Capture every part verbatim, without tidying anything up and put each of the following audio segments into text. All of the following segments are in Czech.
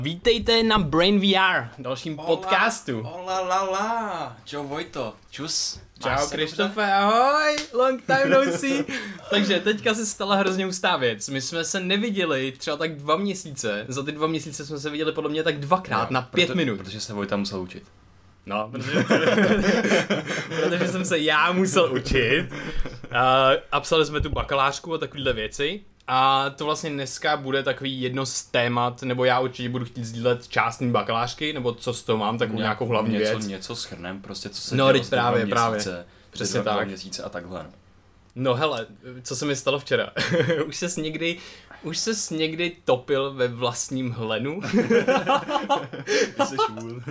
Vítejte na Brain V R, dalším Ola, podcastu. Ola la la. Čau Vojto, čus. Čau Krištofe, ahoj, long time no see. Takže teďka se stala hrozně hustá věc. My jsme se neviděli třeba tak dva měsíce. Za ty dva měsíce jsme se viděli podle mě tak dvakrát no, na pět proto, minut. Protože se Vojta musel učit. No, protože, protože jsem se já musel učit. A, a psali jsme tu bakalářku a takovýhle věci. A to vlastně dneska bude takový jedno z témat, nebo já určitě budu chtít sdílet část mý bakalářky, nebo co z toho mám, takovou Nějak, nějakou hlavní něco, věc. Něco shrnem, prostě co se no, dělo právě, dva právě. měsíce, Přesně dva, tak. Dva měsíce a takhle. No. No hele, co se mi stalo včera? už ses někdy, už ses někdy topil ve vlastním hlenu? Ty jsi švůl.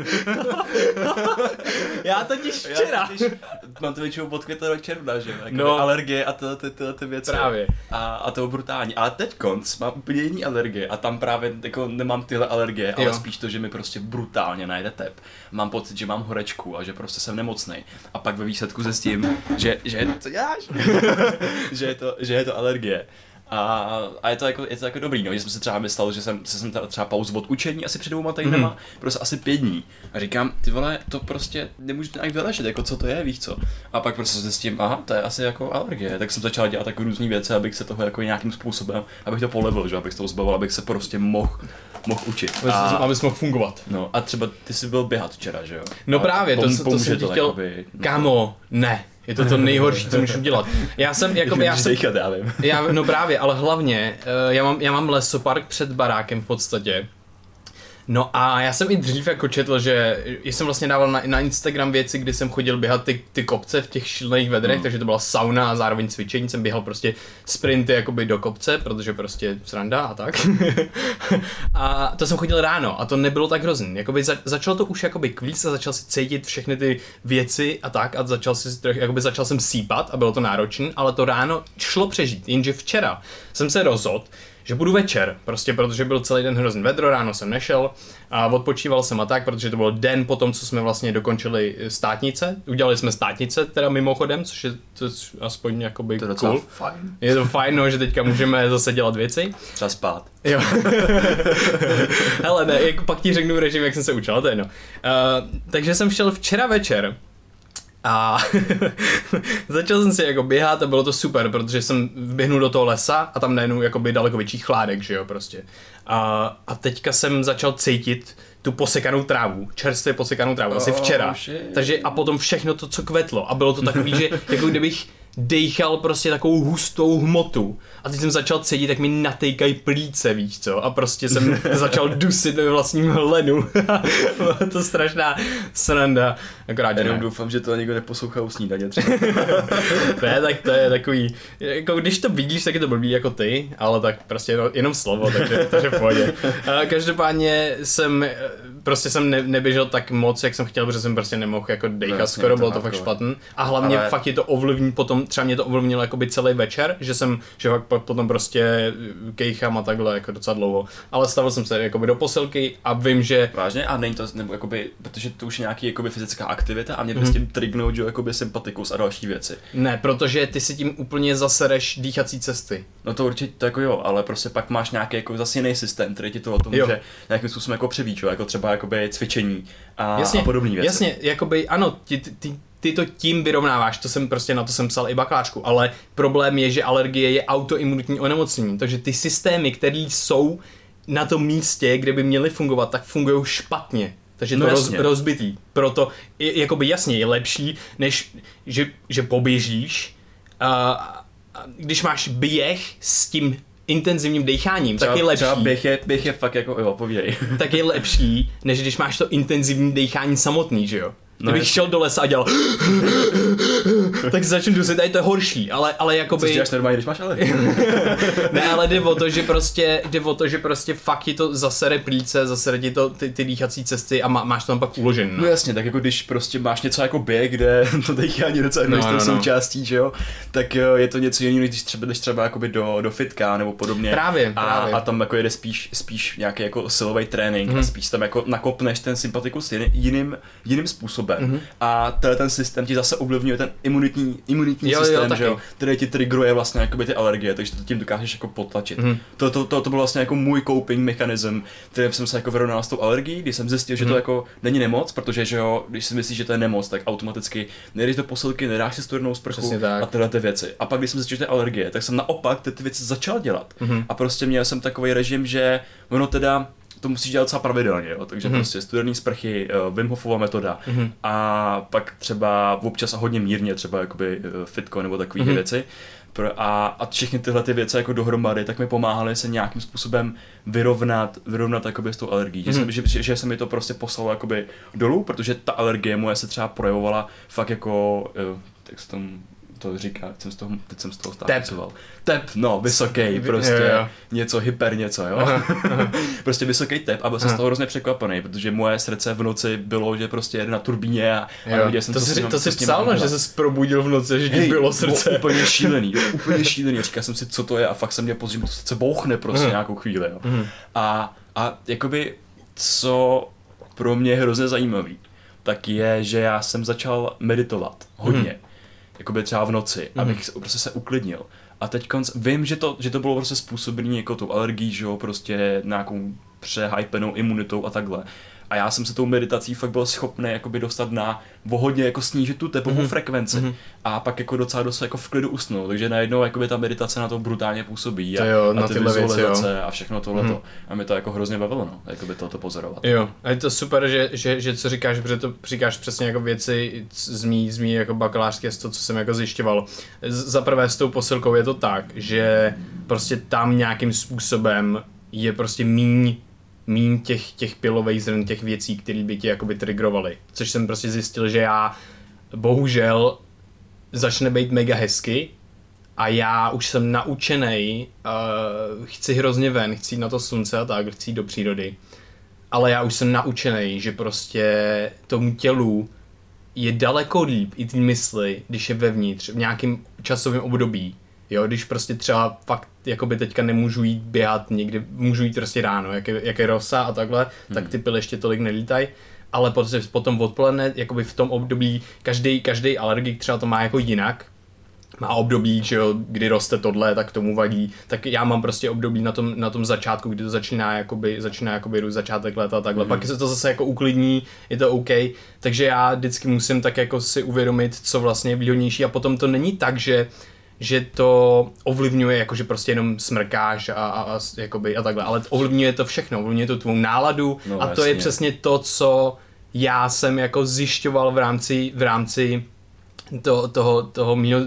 Já totiž včera. Já totiž, mám to většinou od května do června, že? Jako no, alergie a tyhle ty, ty, ty věci. Právě. A, a to je brutální. Ale teď konc mám úplně jiný alergie a tam právě jako nemám tyhle alergie, ale jo. Spíš to, že mi prostě brutálně najde tep. Mám pocit, že mám horečku a že prostě jsem nemocnej. A pak ve výsledku zjistím, že, že co děláš? že, je to, že je to alergie. A, a je to jako, je to jako dobrý, no, že jsem se třeba myslel, že jsem, jsem třeba pauzu od učení asi před dvouma týdnama, mm-hmm. prostě asi pět dní. A říkám, ty vole, to prostě nemůžu nějak vylešit, jako co to je, víš co? A pak prostě zjistím, aha, to je asi jako alergie, tak jsem začal dělat takové různé věci, abych se toho jako nějakým způsobem, abych to polevil, že abych se toho zbavil, abych se prostě mohl mohl učit. A, abys mohl fungovat. No a třeba ty jsi byl běhat včera, že jo? No a právě, pom, to, to jsem ti chtěl, jakoby, no. Kámo, ne. Je to to nejhorší, co můžu dělat. Já jsem, jako já jsem, dejchat, já vím. Já, no právě, ale hlavně, já mám, já mám lesopark před barákem v podstatě. No a já jsem i dřív jako četl, že jsem vlastně dával na, na Instagram věci, kdy jsem chodil běhat ty, ty kopce v těch šílených vedrech, mm. takže to byla sauna a zároveň cvičení, jsem běhal prostě sprinty jakoby do kopce, protože prostě sranda a tak. A to jsem chodil ráno a to nebylo tak hrozný, jakoby za, začalo to už jakoby kvíc a začal si cítit všechny ty věci a tak a začal, si, jakoby začal jsem sípat a bylo to náročné, ale to ráno šlo přežít, jenže včera jsem se rozhodl, že budu večer, prostě protože byl celý den hrozný vedro, ráno jsem nešel a odpočíval jsem a tak, protože to byl den po tom, co jsme vlastně dokončili státnice. Udělali jsme státnice teda mimochodem, což je, to je aspoň jakoby to je cool. Fajn. Je to fajn, no, že teďka můžeme zase dělat věci. Třeba spát. Jo. Hele, ne, jako pak ti řeknu režim, jak jsem se učil, to je no. Uh, takže jsem šel včera večer a začal jsem si jako běhat a bylo to super, protože jsem vběhnul do toho lesa a tam najednou jakoby daleko větší chládek, že jo, prostě. A, a teďka jsem začal cítit tu posekanou trávu, čerstvě posekanou trávu, asi včera. Oh, takže a potom všechno to, co kvetlo a bylo to takový, že jako kdybych dejchal prostě takovou hustou hmotu a teď jsem začal cítit, jak mi natejkají plíce, víš co, a prostě jsem začal dusit ve vlastním hlenu. Byla to strašná sranda, akorát, že já doufám, že to někdo neposlouchá u snídaně třeba. Ne, tak to je takový, jako když to vidíš, tak je to blbý jako ty, ale tak prostě jenom, jenom slovo, takže, takže v pohodě. Každopádně jsem, prostě jsem ne, neběžel tak moc, jak jsem chtěl, protože jsem prostě nemohl jako dejchat, no, skoro bylo to fakt špatný. A hlavně ale... fakt je to ovlivní potom, třeba mě to ovlivnilo jakoby celý večer, že jsem, že fakt potom prostě kejchám a takhle jako docela dlouho. Ale stavil jsem se jakoby do posilky a vím, že... Vážně? A není to, nebo jakoby, protože to už je nějaký jakoby fyzická aktivita a mě prostě mm-hmm. trignout, že jakoby sympatikus a další věci. Ne, protože ty si tím úplně zasereš dýchací cesty. No to určitě to jako jo, ale prostě pak máš nějaký jako zase jiný systém, který ti to o tom může nějakým způsobem jako převíčo, jako třeba jakoby cvičení a, jasně, a podobné věci. Jasně, jakoby ano, ty, ty, ty to tím vyrovnáváš, to jsem prostě na to jsem psal i bakalářku, ale problém je, že alergie je autoimunitní onemocnění, takže ty systémy, které jsou na tom místě, kde by měly fungovat, tak fungují špatně. Takže no to roz, rozbitý. Proto je, jakoby jasně je lepší, než že, že poběžíš, a, a když máš běh s tím intenzivním decháním, třeba, tak je lepší. Třeba běh je, běh je fakt jako, jo, povídej. Tak je lepší, než když máš to intenzivní dechání samotný, že jo? No kdybych šel do lesa a dělal tak začnu dusit, a je to horší, ale, ale jakoby... Co děláš normálně, když máš ale? Ne, ale jde o to, že prostě, jde o to, že prostě fakt ti to zasere plíce, zasere ti to ty, ty dýchací cesty a má, máš to tam pak uložený. No. no jasně, tak jako když prostě máš něco jako běh, kde to dýchání docela no, no, no. součástí, že jo, tak je to něco jiného, když třeba jdeš třeba jakoby do, do fitka nebo podobně. Právě, a, právě. A tam jako jede spíš, spíš nějaký jako silový trénink hmm. a spíš tam jako nakopneš ten sympatikus jiným, jiným způsobem. způsobem. Mm-hmm. A tenhle ten systém ti zase ovlivňuje ten imunitní, imunitní jo, systém, jo, že jo, který ti triggeruje vlastně jakoby ty alergie, takže to tím dokážeš jako potlačit. Mm-hmm. To, to, to, to byl vlastně jako můj coping mechanism, který jsem se jako vyrovnal s tou alergií, když jsem zjistil, že mm-hmm. to jako není nemoc, protože že jo, když si myslíš, že to je nemoc, tak automaticky nejdeš do posilky, nedáš si studenou sprchu a tyhle ty věci. A pak když jsem zjistil, že to je alergie, tak jsem naopak ty, ty věci začal dělat. Mm-hmm. A prostě měl jsem takový režim, že ono teda to musíš dělat docela pravidelně, jo? Takže mm-hmm. prostě studený sprchy, uh, Wim Hofova metoda mm-hmm. a pak třeba občas a hodně mírně třeba jakoby uh, fitko nebo takové mm-hmm. věci. A, a všechny tyhle ty věci jako dohromady, tak mi pomáhaly se nějakým způsobem vyrovnat, vyrovnat jakoby s tou alergií. Mm-hmm. Že, že, že se mi to prostě poslalo jakoby dolů, protože ta alergie moje se třeba projevovala fakt jako, uh, tak se tomu to říká, teď jsem z toho, teď jsem z toho stávacoval. Tep, no, vysoký, prostě jo, jo. něco hyper něco, jo. Aha, aha. Prostě vysoký tep a byl jsem z toho hrozně překvapený, protože moje srdce v noci bylo, že prostě jede na turbině a, a viděl jsem, to co si, s ním, to si s ním psal, no, že jsi probudil v noci, že ti bylo srdce. Úplně šílený, úplně šílený, říkal jsem si, co to je a fakt jsem měl pocit, že to srdce bouchne prostě aha. nějakou chvíli, jo. Aha. A, a jakoby, co pro mě je hrozně zajímavý, tak je, že já jsem začal meditovat hodně. Aha. Jakoby třeba v noci, mm. abych prostě se uklidnil. A teď vím, že to, že to bylo prostě způsobené jako tou alergií, že jo, prostě nějakou přehypenou imunitou a takhle. A já jsem se tou meditací fakt byl schopný jakoby dostat na vohodně jako snížit tu tepovou mm-hmm. frekvenci mm-hmm. a pak jako docela dost jako v klidu usnout. Takže najednou jakoby ta meditace na to brutálně působí a, jo, a ty vizualizace věci, a všechno tohleto. Mm-hmm. A mi to jako hrozně bavilo, no, jakoby tohleto pozorovat. Jo, a je to super, že, že, že co říkáš, protože to říkáš přesně jako věci z mý, z mý jako bakalářské, z toho, co jsem jako zjišťoval. Za prvé s tou posilkou je to tak, že prostě tam nějakým způsobem je prostě míň míň těch, těch pilových zrn, těch věcí, které by tě jakoby triggerovaly. Což jsem prostě zjistil, že já bohužel začne být mega hezky a já už jsem naučenej, uh, chci hrozně ven, chci jít na to slunce a tak, chci jít do přírody. Ale já už jsem naučenej, že prostě tomu tělu je daleko líp i ty mysli, když je vevnitř, v nějakém časovém období. Jo, když prostě třeba fakt jakoby teďka nemůžu jít běhat někdy, můžu jít prostě ráno, jak je, jak je rosa a takhle, hmm. tak ty pily ještě tolik nelítají, ale potom, potom odpoledne, jakoby v tom období, každý, každý alergik třeba to má jako jinak, má období, že jo, kdy roste tohle, tak tomu vadí, tak já mám prostě období na tom, na tom začátku, kdy to začíná jakoby, začíná jakoby růst začátek léta a takhle, hmm. pak se to zase jako uklidní, je to OK, takže já vždycky musím tak jako si uvědomit, co vlastně je výhodnější a potom to není tak, že že to ovlivňuje, jakože prostě jenom smrkáš a, a, a, jakoby, a takhle, ale ovlivňuje to všechno, ovlivňuje to tvou náladu no, a to jasně. Je přesně to, co já jsem jako zjišťoval v rámci, v rámci to, toho, toho mýho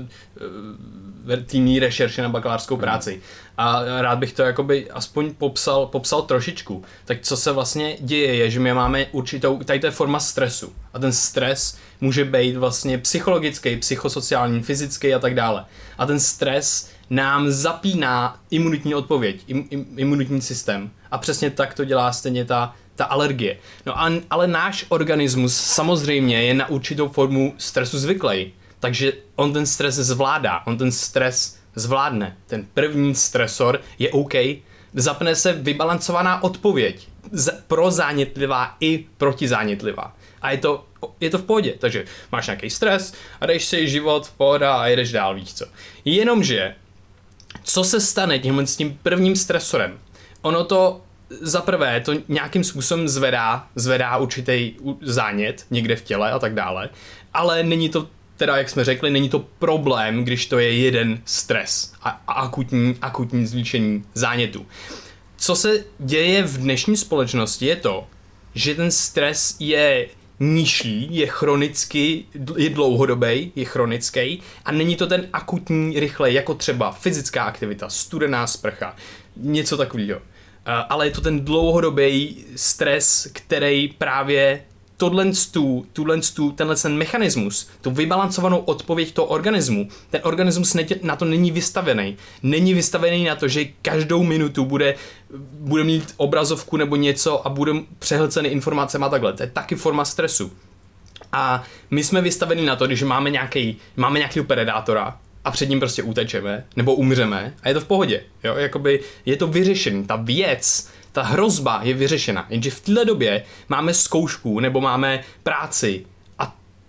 týmní rešerše na bakalářskou práci. A rád bych to jakoby aspoň popsal, popsal trošičku. Tak co se vlastně děje je, že my máme určitou, tady to je forma stresu. A ten stres může být vlastně psychologický, psychosociální, fyzický a tak dále. A ten stres nám zapíná imunitní odpověď, im, im, imunitní systém. A přesně tak to dělá stejně ta, ta alergie. No a, ale náš organismus samozřejmě je na určitou formu stresu zvyklý. Takže on ten stres zvládá, on ten stres zvládne. Ten první stresor je OK, zapne se vybalancovaná odpověď pro zánětlivá i protizánětlivá. A je to, je to v pohodě, takže máš nějaký stres a jdeš si život v pohoda a jedeš dál, víš co. Jenomže, co se stane tímhle s tím prvním stresorem? Ono to za prvé to nějakým způsobem zvedá, zvedá určitý zánět někde v těle a tak dále, ale není to teda, jak jsme řekli, není to problém, když to je jeden stres a, a akutní, akutní zvýšení zánětu. Co se děje v dnešní společnosti je to, že ten stres je nižší, je chronicky, je dlouhodobý, je chronický a není to ten akutní, rychlej, jako třeba fyzická aktivita, studená sprcha, něco takového. Ale je to ten dlouhodobý stres, který právě tohle stů, tuhle stů, tenhle ten mechanismus, tu vybalancovanou odpověď toho organismu, ten organismus na to není vystavený. Není vystavený na to, že každou minutu bude, bude mít obrazovku nebo něco a bude přehlcený informacemi a takhle. To je taky forma stresu. A my jsme vystaveni na to, když máme nějaký, máme nějakého predátora a před ním prostě utečeme nebo umřeme a je to v pohodě. Jo? Jakoby je to vyřešený. Ta věc, ta hrozba je vyřešena, jenže v této době máme zkoušku nebo máme práci a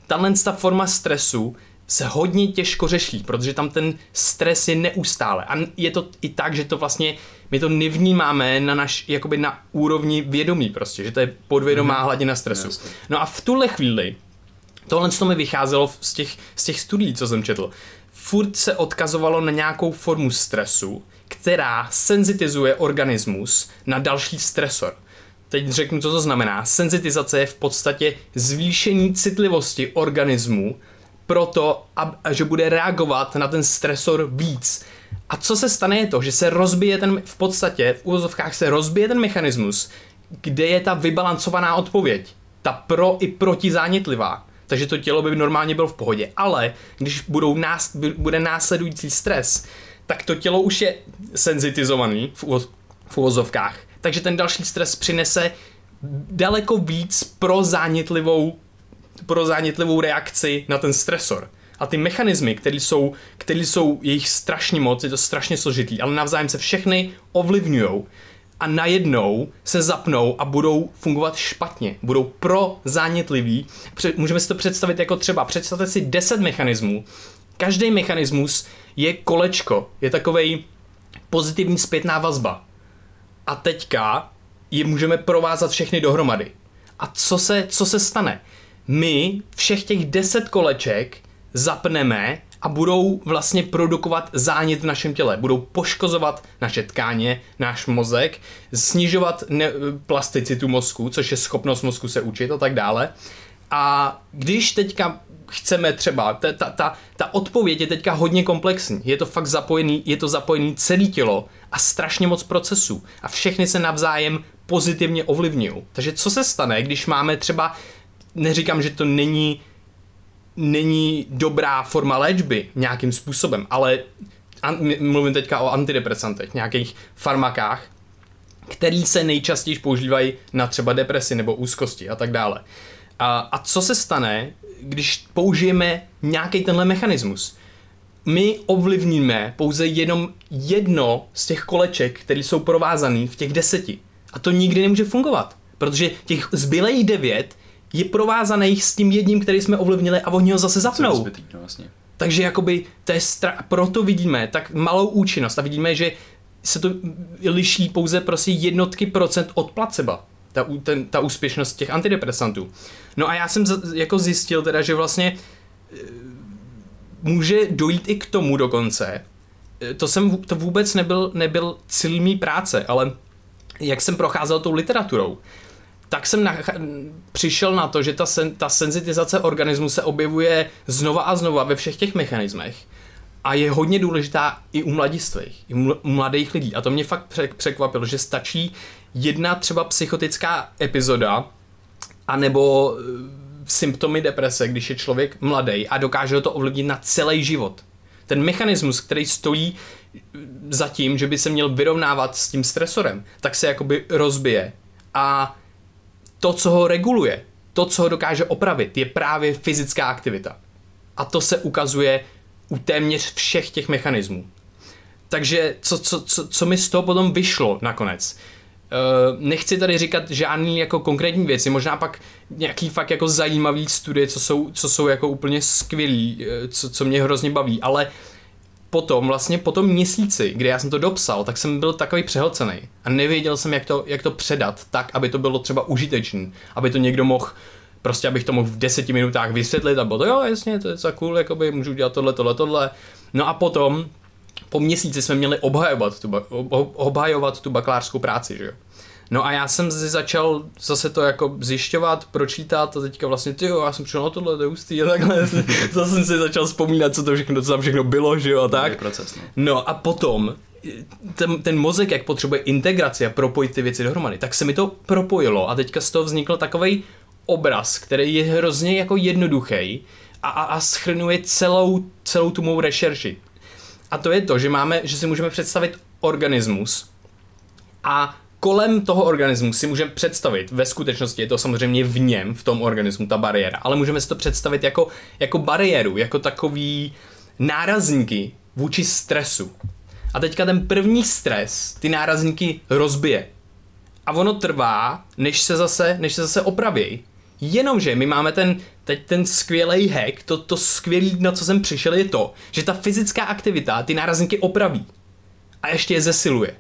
tahle ta forma stresu se hodně těžko řeší, protože tam ten stres je neustále. A je to i tak, že to vlastně, my to nevnímáme na naš, jakoby na úrovni vědomí prostě, že to je podvědomá mm-hmm. hladina stresu. Jasně. No a v tuhle chvíli, tohle to mi vycházelo z těch, z těch studií, co jsem četl, furt se odkazovalo na nějakou formu stresu, která senzitizuje organismus na další stresor. Teď řeknu, co to znamená. Senzitizace je v podstatě zvýšení citlivosti organismu proto, že bude reagovat na ten stresor víc. A co se stane je to, že se rozbije ten, v podstatě, v úvozovkách se rozbije ten mechanismus, kde je ta vybalancovaná odpověď. Ta pro i protizánětlivá. Takže to tělo by normálně bylo v pohodě. Ale když budou nás, bude následující stres, tak to tělo už je senzitizovaný v, uvoz, v uvozovkách. Takže ten další stres přinese daleko víc pro zánětlivou, pro zánětlivou reakci na ten stresor. A ty mechanismy, které jsou, které jsou jejich strašně moc, je to strašně složitý, ale navzájem se všechny ovlivňujou a najednou se zapnou a budou fungovat špatně. Budou pro zánětlivý. Můžeme si to představit jako třeba, představte si deset mechanismů. Každý mechanismus je kolečko, je takovej pozitivní zpětná vazba. A teďka je můžeme provázat všechny dohromady. A co se, co se stane? My všech těch deset koleček zapneme a budou vlastně produkovat zánět v našem těle. Budou poškozovat naše tkáně, náš mozek, snižovat ne- plasticitu mozku, což je schopnost mozku se učit a tak dále. A když teďka chceme třeba, ta, ta, ta, ta odpověď je teďka hodně komplexní. Je to fakt zapojený, je to zapojený celé tělo a strašně moc procesů. A všechny se navzájem pozitivně ovlivňují. Takže co se stane, když máme třeba, neříkám, že to není není dobrá forma léčby nějakým způsobem, ale an, mluvím teďka o antidepresantech, nějakých farmakách, který se nejčastěji používají na třeba depresi nebo úzkosti a tak dále. A, a co se stane, když použijeme nějaký tenhle mechanismus? My ovlivníme pouze jenom jedno z těch koleček, které jsou provázané v těch deseti. A to nikdy nemůže fungovat, protože těch zbylejch devět je provázaných s tím jedním, který jsme ovlivnili a oni ho zase zapnou. Zbytý, no vlastně. Takže jakoby to je stra- proto vidíme tak malou účinnost a vidíme, že se to liší pouze prostě jednotky procent od placebo. Ta, ten, ta úspěšnost těch antidepresantů. No a já jsem z, jako zjistil teda, že vlastně e, může dojít i k tomu dokonce. E, to jsem to vůbec nebyl, nebyl cíl mý práce, ale jak jsem procházel tou literaturou, tak jsem na, přišel na to, že ta, sen, ta senzitizace organismu se objevuje znova a znova ve všech těch mechanismech a je hodně důležitá i u mladistvých, i u mladých lidí. A to mě fakt překvapilo, že stačí jedna třeba psychotická epizoda anebo symptomy deprese, když je člověk mladý a dokáže to ovlivnit na celý život. Ten mechanismus, který stojí za tím, že by se měl vyrovnávat s tím stresorem, tak se jakoby rozbije. A to, co ho reguluje, to, co ho dokáže opravit, je právě fyzická aktivita. A to se ukazuje u téměř všech těch mechanismů. Takže co, co, co, co mi z toho potom vyšlo nakonec? Uh, nechci tady říkat žádný jako konkrétní věci, možná pak nějaký fakt jako zajímavý studie, co jsou, co jsou jako úplně skvělý, co, co mě hrozně baví, ale potom, vlastně po tom měsíci, kdy já jsem to dopsal, tak jsem byl takový přehlcený a nevěděl jsem, jak to, jak to předat tak, aby to bylo třeba užitečný, aby to někdo mohl, prostě abych to mohl v deseti minutách vysvětlit a bylo to, jo, jasně, to je za cool, jakoby můžu dělat tohle, tohle, tohle. No a potom, po měsíci jsme měli obhajovat tu, obhajovat tu bakalářskou práci, že jo. No a já jsem začal zase to jako zjišťovat, pročítat a teďka vlastně, tyjo, já jsem přišel na tohle, to je hustý a takhle. Zase jsem si začal vzpomínat, co to všechno, co tam všechno bylo, že jo, a tak. Proces, no. no a potom, ten, ten mozek, jak potřebuje integraci a propojit ty věci dohromady, tak se mi to propojilo a teďka z toho vznikl takovej obraz, který je hrozně jako jednoduchý a, a, a schrnuje celou, celou tu mou rešerši. A to je to, že máme, že si můžeme představit organismus a kolem toho organismu si můžeme představit, ve skutečnosti je to samozřejmě v něm, v tom organismu, ta bariéra, ale můžeme si to představit jako, jako bariéru, jako takový nárazníky vůči stresu. A teďka ten první stres ty nárazníky rozbije. A ono trvá, než se zase, než se zase opraví. Jenomže my máme ten, teď ten skvělý hack, to, to skvělý, na co jsem přišel, je to, že ta fyzická aktivita ty nárazníky opraví a ještě je zesiluje.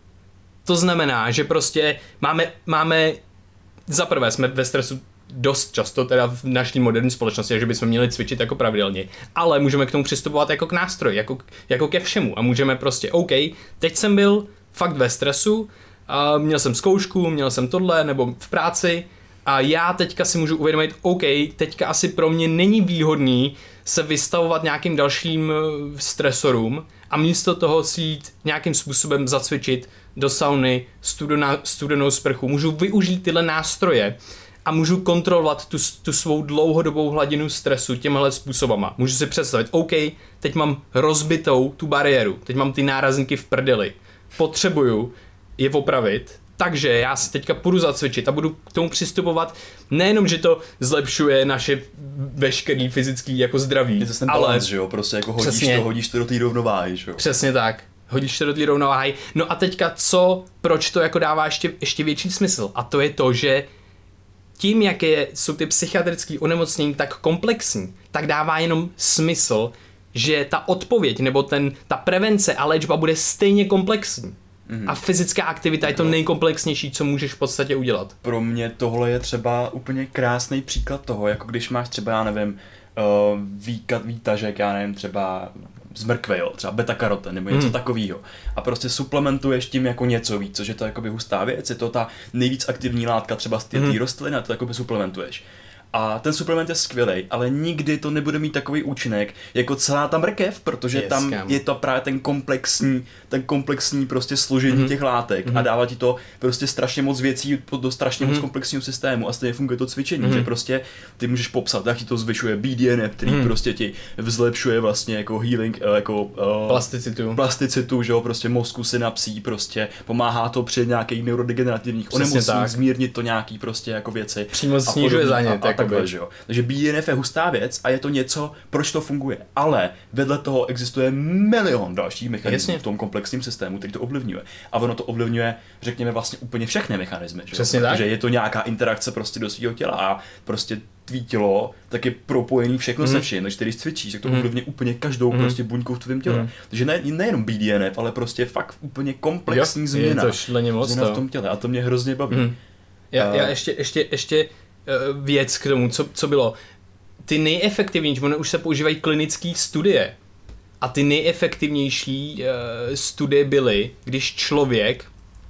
To znamená, že prostě máme, máme za prvé jsme ve stresu dost často, teda v naší moderní společnosti, že bychom měli cvičit jako pravidelně, ale můžeme k tomu přistupovat jako k nástroji, jako, jako ke všemu a můžeme prostě, OK, teď jsem byl fakt ve stresu, a měl jsem zkoušku, měl jsem tohle, nebo v práci a já teďka si můžu uvědomit, OK, teďka asi pro mě není výhodný se vystavovat nějakým dalším stresorům a místo toho si jít nějakým způsobem zacvičit do sauny, studená, studenou sprchu. Můžu využít tyhle nástroje a můžu kontrolovat tu, tu svou dlouhodobou hladinu stresu těmhle způsobama. Můžu si představit, OK, teď mám rozbitou tu bariéru, teď mám ty nárazníky v prdeli. Potřebuju je opravit, takže já si teďka půjdu zacvičit a budu k tomu přistupovat nejenom, že to zlepšuje naše veškerý fyzický jako zdraví, je to ten ale balans, že jo, prostě jako hodíš přesně, to, hodíš to do té rovnováhy, že jo. Přesně tak, hodíš to do té rovnováhy. No a teďka co, proč to jako dává ještě, ještě větší smysl? A to je to, že tím, jak je, jsou ty psychiatrické onemocnění tak komplexní, tak dává jenom smysl, že ta odpověď nebo ten, ta prevence a léčba bude stejně komplexní. Mm-hmm. A fyzická aktivita je to nejkomplexnější, co můžeš v podstatě udělat. Pro mě tohle je třeba úplně krásný příklad toho, jako když máš třeba, já nevím, uh, výka, výtažek, já nevím, třeba z mrkve, jo, třeba beta-karoten nebo něco mm. takového. A prostě suplementuješ tím jako něco víc, což je to jakoby hustá věc, je to ta nejvíc aktivní látka třeba z té mm. rostliny a to jakoby suplementuješ. A ten suplement je skvělej, ale nikdy to nebude mít takový účinek jako celá ta mrkev, protože yes, tam kam. je to právě ten komplexní, ten komplexní prostě složení mm-hmm. těch látek mm-hmm. a dává ti to prostě strašně moc věcí do strašně mm-hmm. moc komplexního systému a stejně funguje to cvičení, mm-hmm. že prostě ty můžeš popsat, jak ti to zvyšuje B D N F, který mm-hmm. prostě ti vzlepšuje vlastně jako healing, jako uh, plasticitu, plasticitu, že jo, prostě mozku, synapsí, prostě pomáhá to při nějakých neurodegenerativních onemocněních, zmírnit to nějaký prostě jako věci. Přímo snižuje za ně, tak takhle, že jo. Takže B D N F je hustá věc a je to něco, proč to funguje. Ale vedle toho existuje milion dalších mechanismů v tom komplexním systému, který to ovlivňuje. A ono to ovlivňuje, řekněme, vlastně úplně všechny mechanismy, že jo. Přesně Protože tak. je to nějaká interakce prostě do svého těla a prostě tvý tělo tak je propojený všechno mm. se vším, takže když cvičíš, tak to mm. ovlivňuje úplně každou mm. prostě buňku v tvém těle. Mm. Takže ne, nejenom B D N F, ale prostě fakt úplně komplexní jo, změna. Je to šleně moc změna v tom těle a to mě hrozně baví. Mm. Já, uh, já ještě, ještě, ještě věc k tomu, co, co bylo. Ty nejefektivnější, ono už se používají klinické studie a ty nejefektivnější uh, studie byly, když člověk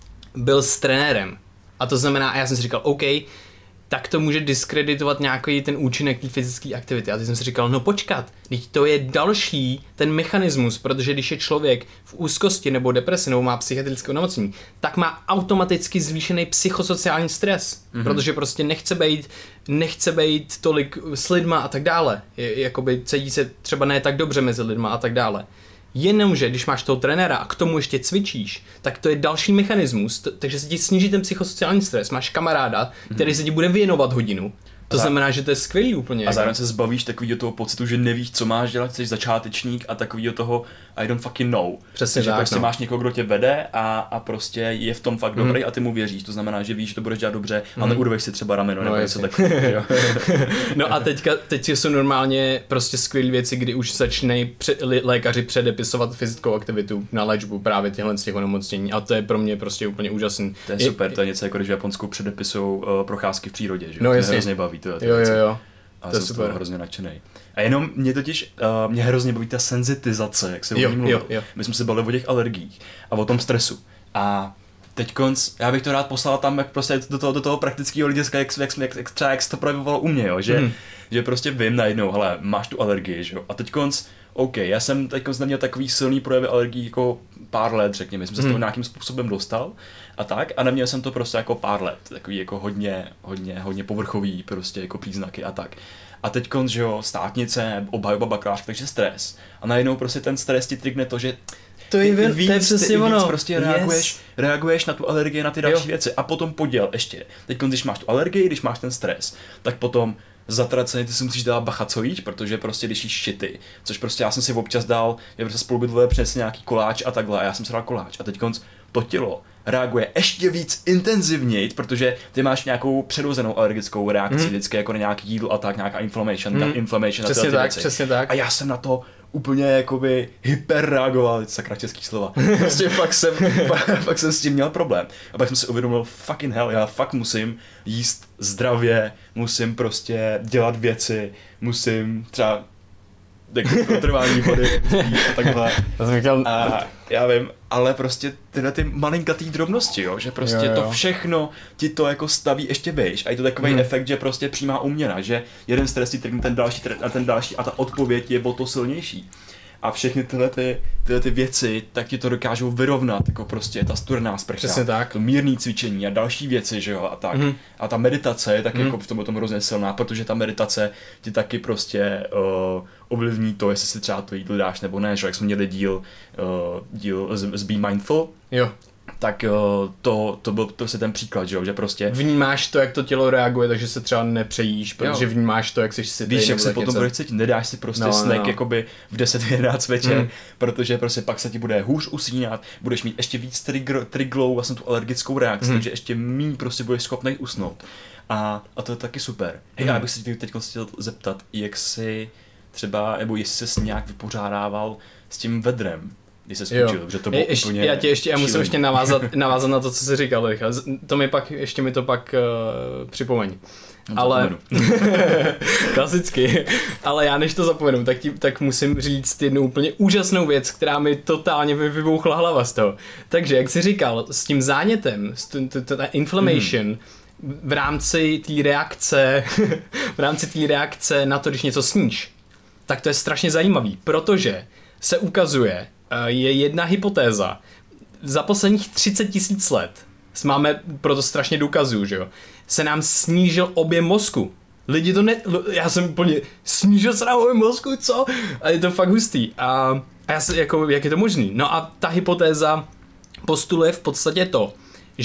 byl s trenérem. A to znamená, a já jsem si říkal, OK, tak to může diskreditovat nějaký ten účinek té fyzické aktivity. A teď jsem si říkal, no počkat, teď to je další ten mechanismus, protože když je člověk v úzkosti nebo depresi nebo má psychiatrické onemocnění, tak má automaticky zvýšený psychosociální stres, mm-hmm. protože prostě nechce být, nechce být tolik s lidma a tak dále. Je, jakoby cítí se třeba ne tak dobře mezi lidma a tak dále. Jenomže, když máš toho trenéra a k tomu ještě cvičíš, tak to je další mechanismus, t- takže se ti sníží ten psychosociální stres. Máš kamaráda, který se ti bude věnovat hodinu. To Zá... znamená, že to je skvělý úplně. A zároveň se zbavíš takovýho toho pocitu, že nevíš, co máš dělat, jsi začátečník a takovýho toho I don't fucking know. Přesně že tak, prostě no. máš někoho, kdo tě vede a, a prostě je v tom fakt dobrý mm. a ty mu věříš. To znamená, že víš, že to budeš dělat dobře, mm. ale neurveš si třeba rameno no, nebo něco takového. No a teďka, teď jsou normálně prostě skvělé věci, kdy už začínají pře- lékaři předepisovat fyzickou aktivitu na léčbu právě těchhle z těch onemocnění a to je pro mě prostě úplně úžasný. To je, je super, to je něco jako když v Japonsku předepisují uh, procházky v přírodě, že? No, to jasně. mě hrozně baví. To, to jo, jo, jo. A to jsem super. Hrozně nadšenej. A jenom mě totiž, uh, mě hrozně baví ta senzitizace, jak se o ní mluvil. My jsme se bavili o těch alergiích a o tom stresu. A teď konc, já bych to rád poslal tam jak prostě do toho, do toho praktického hlediska, jak, jak, jak, jak, třeba jak se to projevovalo u mě, jo? Že, mm. že prostě vím najednou, hele, máš tu alergii, že jo? A teď konc, OK, já jsem teď konc neměl takový silný projevy alergií jako pár let, řekněme, jsem se mm. z toho nějakým způsobem dostal a tak, a neměl jsem to prostě jako pár let, takový jako hodně, hodně, hodně povrchový prostě jako příznaky a tak. A teď konc, že jo, státnice, obhajoba bakalářka, takže stres. A najednou prostě ten stres ti trigne to, že to je, ty víc, to je přesně ty ono. Víc prostě yes. reaguješ, reaguješ na tu alergii, na ty další jo. věci. A potom poděl ještě. Teď když máš tu alergii, když máš ten stres, tak potom zatraceně ty si musíš dát bacha, co jíš, protože prostě když jíš šity, což prostě já jsem si občas dal, já prostě spolubydlové přesně nějaký koláč a takhle, a já jsem si dal koláč. A teď konc to tělo reaguje ještě víc intenzivněji, protože ty máš nějakou přirozenou alergickou reakci, mm. vždycky jako na nějaký jídlo a tak, nějaká inflammation, mm. inflammation přesně a ty tak, věci. přesně tak. A já jsem na to úplně jakoby hyper reagoval, sakra český slova. Prostě fakt jsem, fakt jsem s tím měl problém. A pak jsem si uvědomil, fucking hell, já fakt musím jíst zdravě, musím prostě dělat věci, musím třeba protrvání vody a takhle. A já vím, ale prostě tyhle ty malinkatý drobnosti, jo, že prostě jo, jo. to všechno ti to jako staví ještě vejš a je to takový hmm. efekt, že prostě přímá úměna, že jeden stres ti trkne ten další a ten další a ta odpověď je o to silnější. A všechny tyhle, ty, tyhle ty věci, tak ti to dokážou vyrovnat, jako prostě ta studená sprcha, to mírné cvičení a další věci, že jo, a tak. Mm. A ta meditace je taky mm. jako v tom, tom hrozně silná, protože ta meditace ti taky prostě uh, ovlivní to, jestli si třeba to jídlo dáš nebo ne, že jak jsme měli díl, uh, díl z, z Be Mindful. Jo. Tak uh, to, to byl prostě ten příklad, že jo, že prostě... Vnímáš to, jak to tělo reaguje, takže se třeba nepřejíš, protože jo. vnímáš to, jak jsi si... Víš, jak se potom budeš cítit, nedáš si prostě no, snack no. jakoby v deset jedenáct večer, mm. protože prostě pak se ti bude hůř usínat, budeš mít ještě víc trigger, triglow, vlastně tu alergickou reakci, mm. takže ještě méně prostě budeš schopný usnout. A, a to je taky super. Hej, mm. já bych se teď chtěl zeptat, jak jsi třeba, nebo jestli jsi nějak vypořádával s tím vedrem, když se skončil, že to bylo ještě, úplně Já tě ještě, já musím šílený. ještě navázat, navázat na to, co jsi říkal, Richard. To mi pak, ještě mi to pak uh, připomeň. No, ale, klasicky, ale já než to zapomenu, tak, tí, tak musím říct jednu úplně úžasnou věc, která mi totálně vybouchla hlava z toho. Takže, jak jsi říkal, s tím zánětem, s t, t, t, ta inflammation, mm. v rámci té reakce, v rámci té reakce na to, když něco sníš, tak to je strašně zajímavý, protože se ukazuje, je jedna hypotéza. Za posledních třicet tisíc let máme proto strašně důkazů, že jo, se nám snížil objem mozku. Lidi to ne... Já jsem úplně... Snížil se nám objem mozku, co? A je to fakt hustý. A, a já se, jako, jak je to možný? No a ta hypotéza postuluje v podstatě to,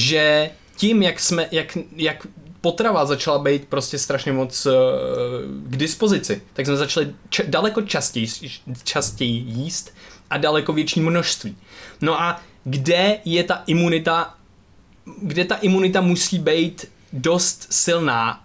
že tím, jak jsme... Jak, jak potrava začala být prostě strašně moc uh, k dispozici, tak jsme začali č- daleko častěji, častěji jíst a daleko větší množství. No a kde je ta imunita, kde ta imunita musí být dost silná,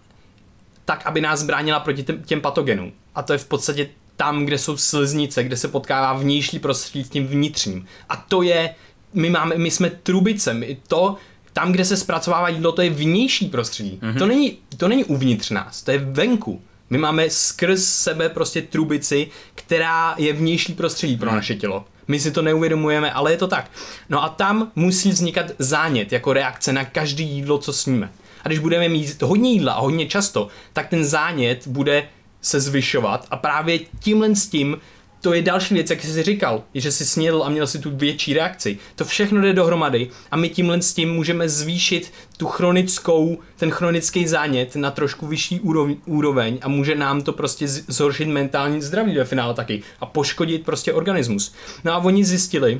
tak aby nás bránila proti těm, těm patogenům. A to je v podstatě tam, kde jsou sliznice, kde se potkává vnější prostředí s tím vnitřním. A to je, my máme, my jsme trubice, my to, tam, kde se zpracovává jídlo, to je vnější prostředí. Mm-hmm. To není, to není uvnitř nás, to je venku. My máme skrz sebe prostě trubici, která je vnější prostředí pro naše tělo. My si to neuvědomujeme, ale je to tak. No a tam musí vznikat zánět jako reakce na každé jídlo, co sníme. A když budeme mít hodně jídla a hodně často, tak ten zánět bude se zvyšovat a právě tímhle s tím, to je další věc, jak jsi říkal, je, že jsi snědl a měl si tu větší reakci. To všechno jde dohromady a my tímhle s tím můžeme zvýšit tu chronickou, ten chronický zánět na trošku vyšší úroveň a může nám to prostě zhoršit mentální zdraví ve finále taky a poškodit prostě organismus. No a oni zjistili,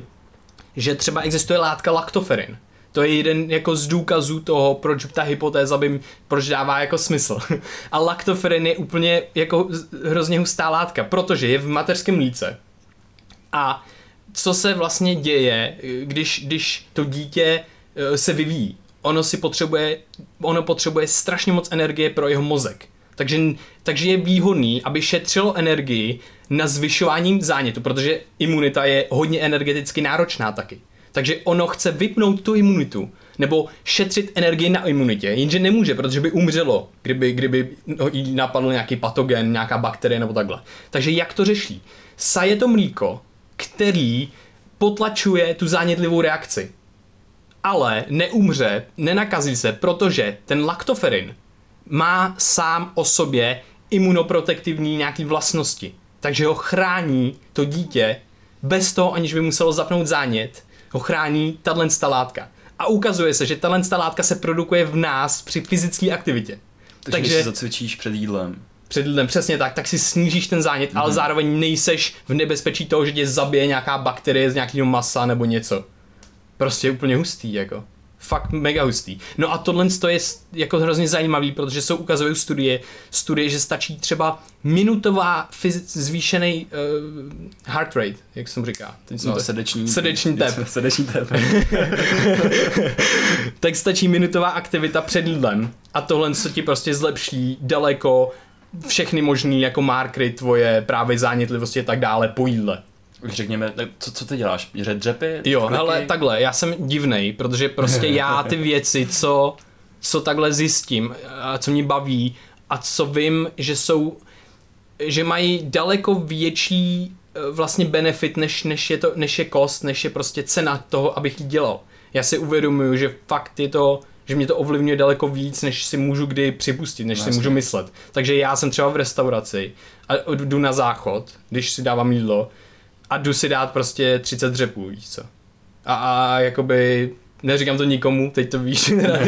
že třeba existuje látka laktoferin. To je jeden jako z důkazů toho, proč ta hypotéza by, proč dává jako smysl. A laktoferin je úplně jako hrozně hustá látka, protože je v mateřském mlíce. A co se vlastně děje, když, když to dítě se vyvíjí? Ono si potřebuje, ono potřebuje strašně moc energie pro jeho mozek. Takže, takže je výhodný, aby šetřilo energii na zvyšování zánětu, protože imunita je hodně energeticky náročná taky. Takže ono chce vypnout tu imunitu, nebo šetřit energii na imunitě, jenže nemůže, protože by umřelo, kdyby, kdyby jí napadl nějaký patogen, nějaká bakterie nebo takhle. Takže jak to řeší? Saje to mlíko, který potlačuje tu zánětlivou reakci, ale neumře, nenakazí se, protože ten laktoferin má sám o sobě imunoprotektivní nějaký vlastnosti, takže ho chrání to dítě bez toho, aniž by muselo zapnout zánět, ho chrání tato látka. A ukazuje se, že tato látka se produkuje v nás při fyzické aktivitě. Takže, Takže když si zacvičíš před jídlem. Před jídlem, přesně tak, tak si snížíš ten zánět, mm-hmm. ale zároveň nejseš v nebezpečí toho, že tě zabije nějaká bakterie z nějakého masa nebo něco. Prostě úplně hustý, jako. fakt mega hustý. No a tohle je jako hrozně zajímavý, protože jsou ukazují studie, studie, že stačí třeba minutová fyz- zvýšený uh, heart rate, jak jsem říká. Teď no, to... srdeční, srdeční tep. Srdeční tep. Tak stačí minutová aktivita před jídlem a tohle se ti prostě zlepší daleko všechny možný jako markery tvoje právě zánětlivosti a tak dále po jídle. Řekněme, co, co ty děláš? Dřepy? Jo, hele, takhle, já jsem divnej, protože prostě já ty věci, co, co takhle zjistím a co mě baví a co vím, že jsou, že mají daleko větší vlastně benefit, než, než, je to, než je kost, než je prostě cena toho, abych ji dělal. Já si uvědomuju, že fakt je to, že mě to ovlivňuje daleko víc, než si můžu kdy připustit, než Vlastně. si můžu myslet. Takže já jsem třeba v restauraci a jdu na záchod, když si dávám jídlo a jdu si dát prostě třicet dřepů, víš co. A, a jakoby, neříkám to nikomu, teď to víš,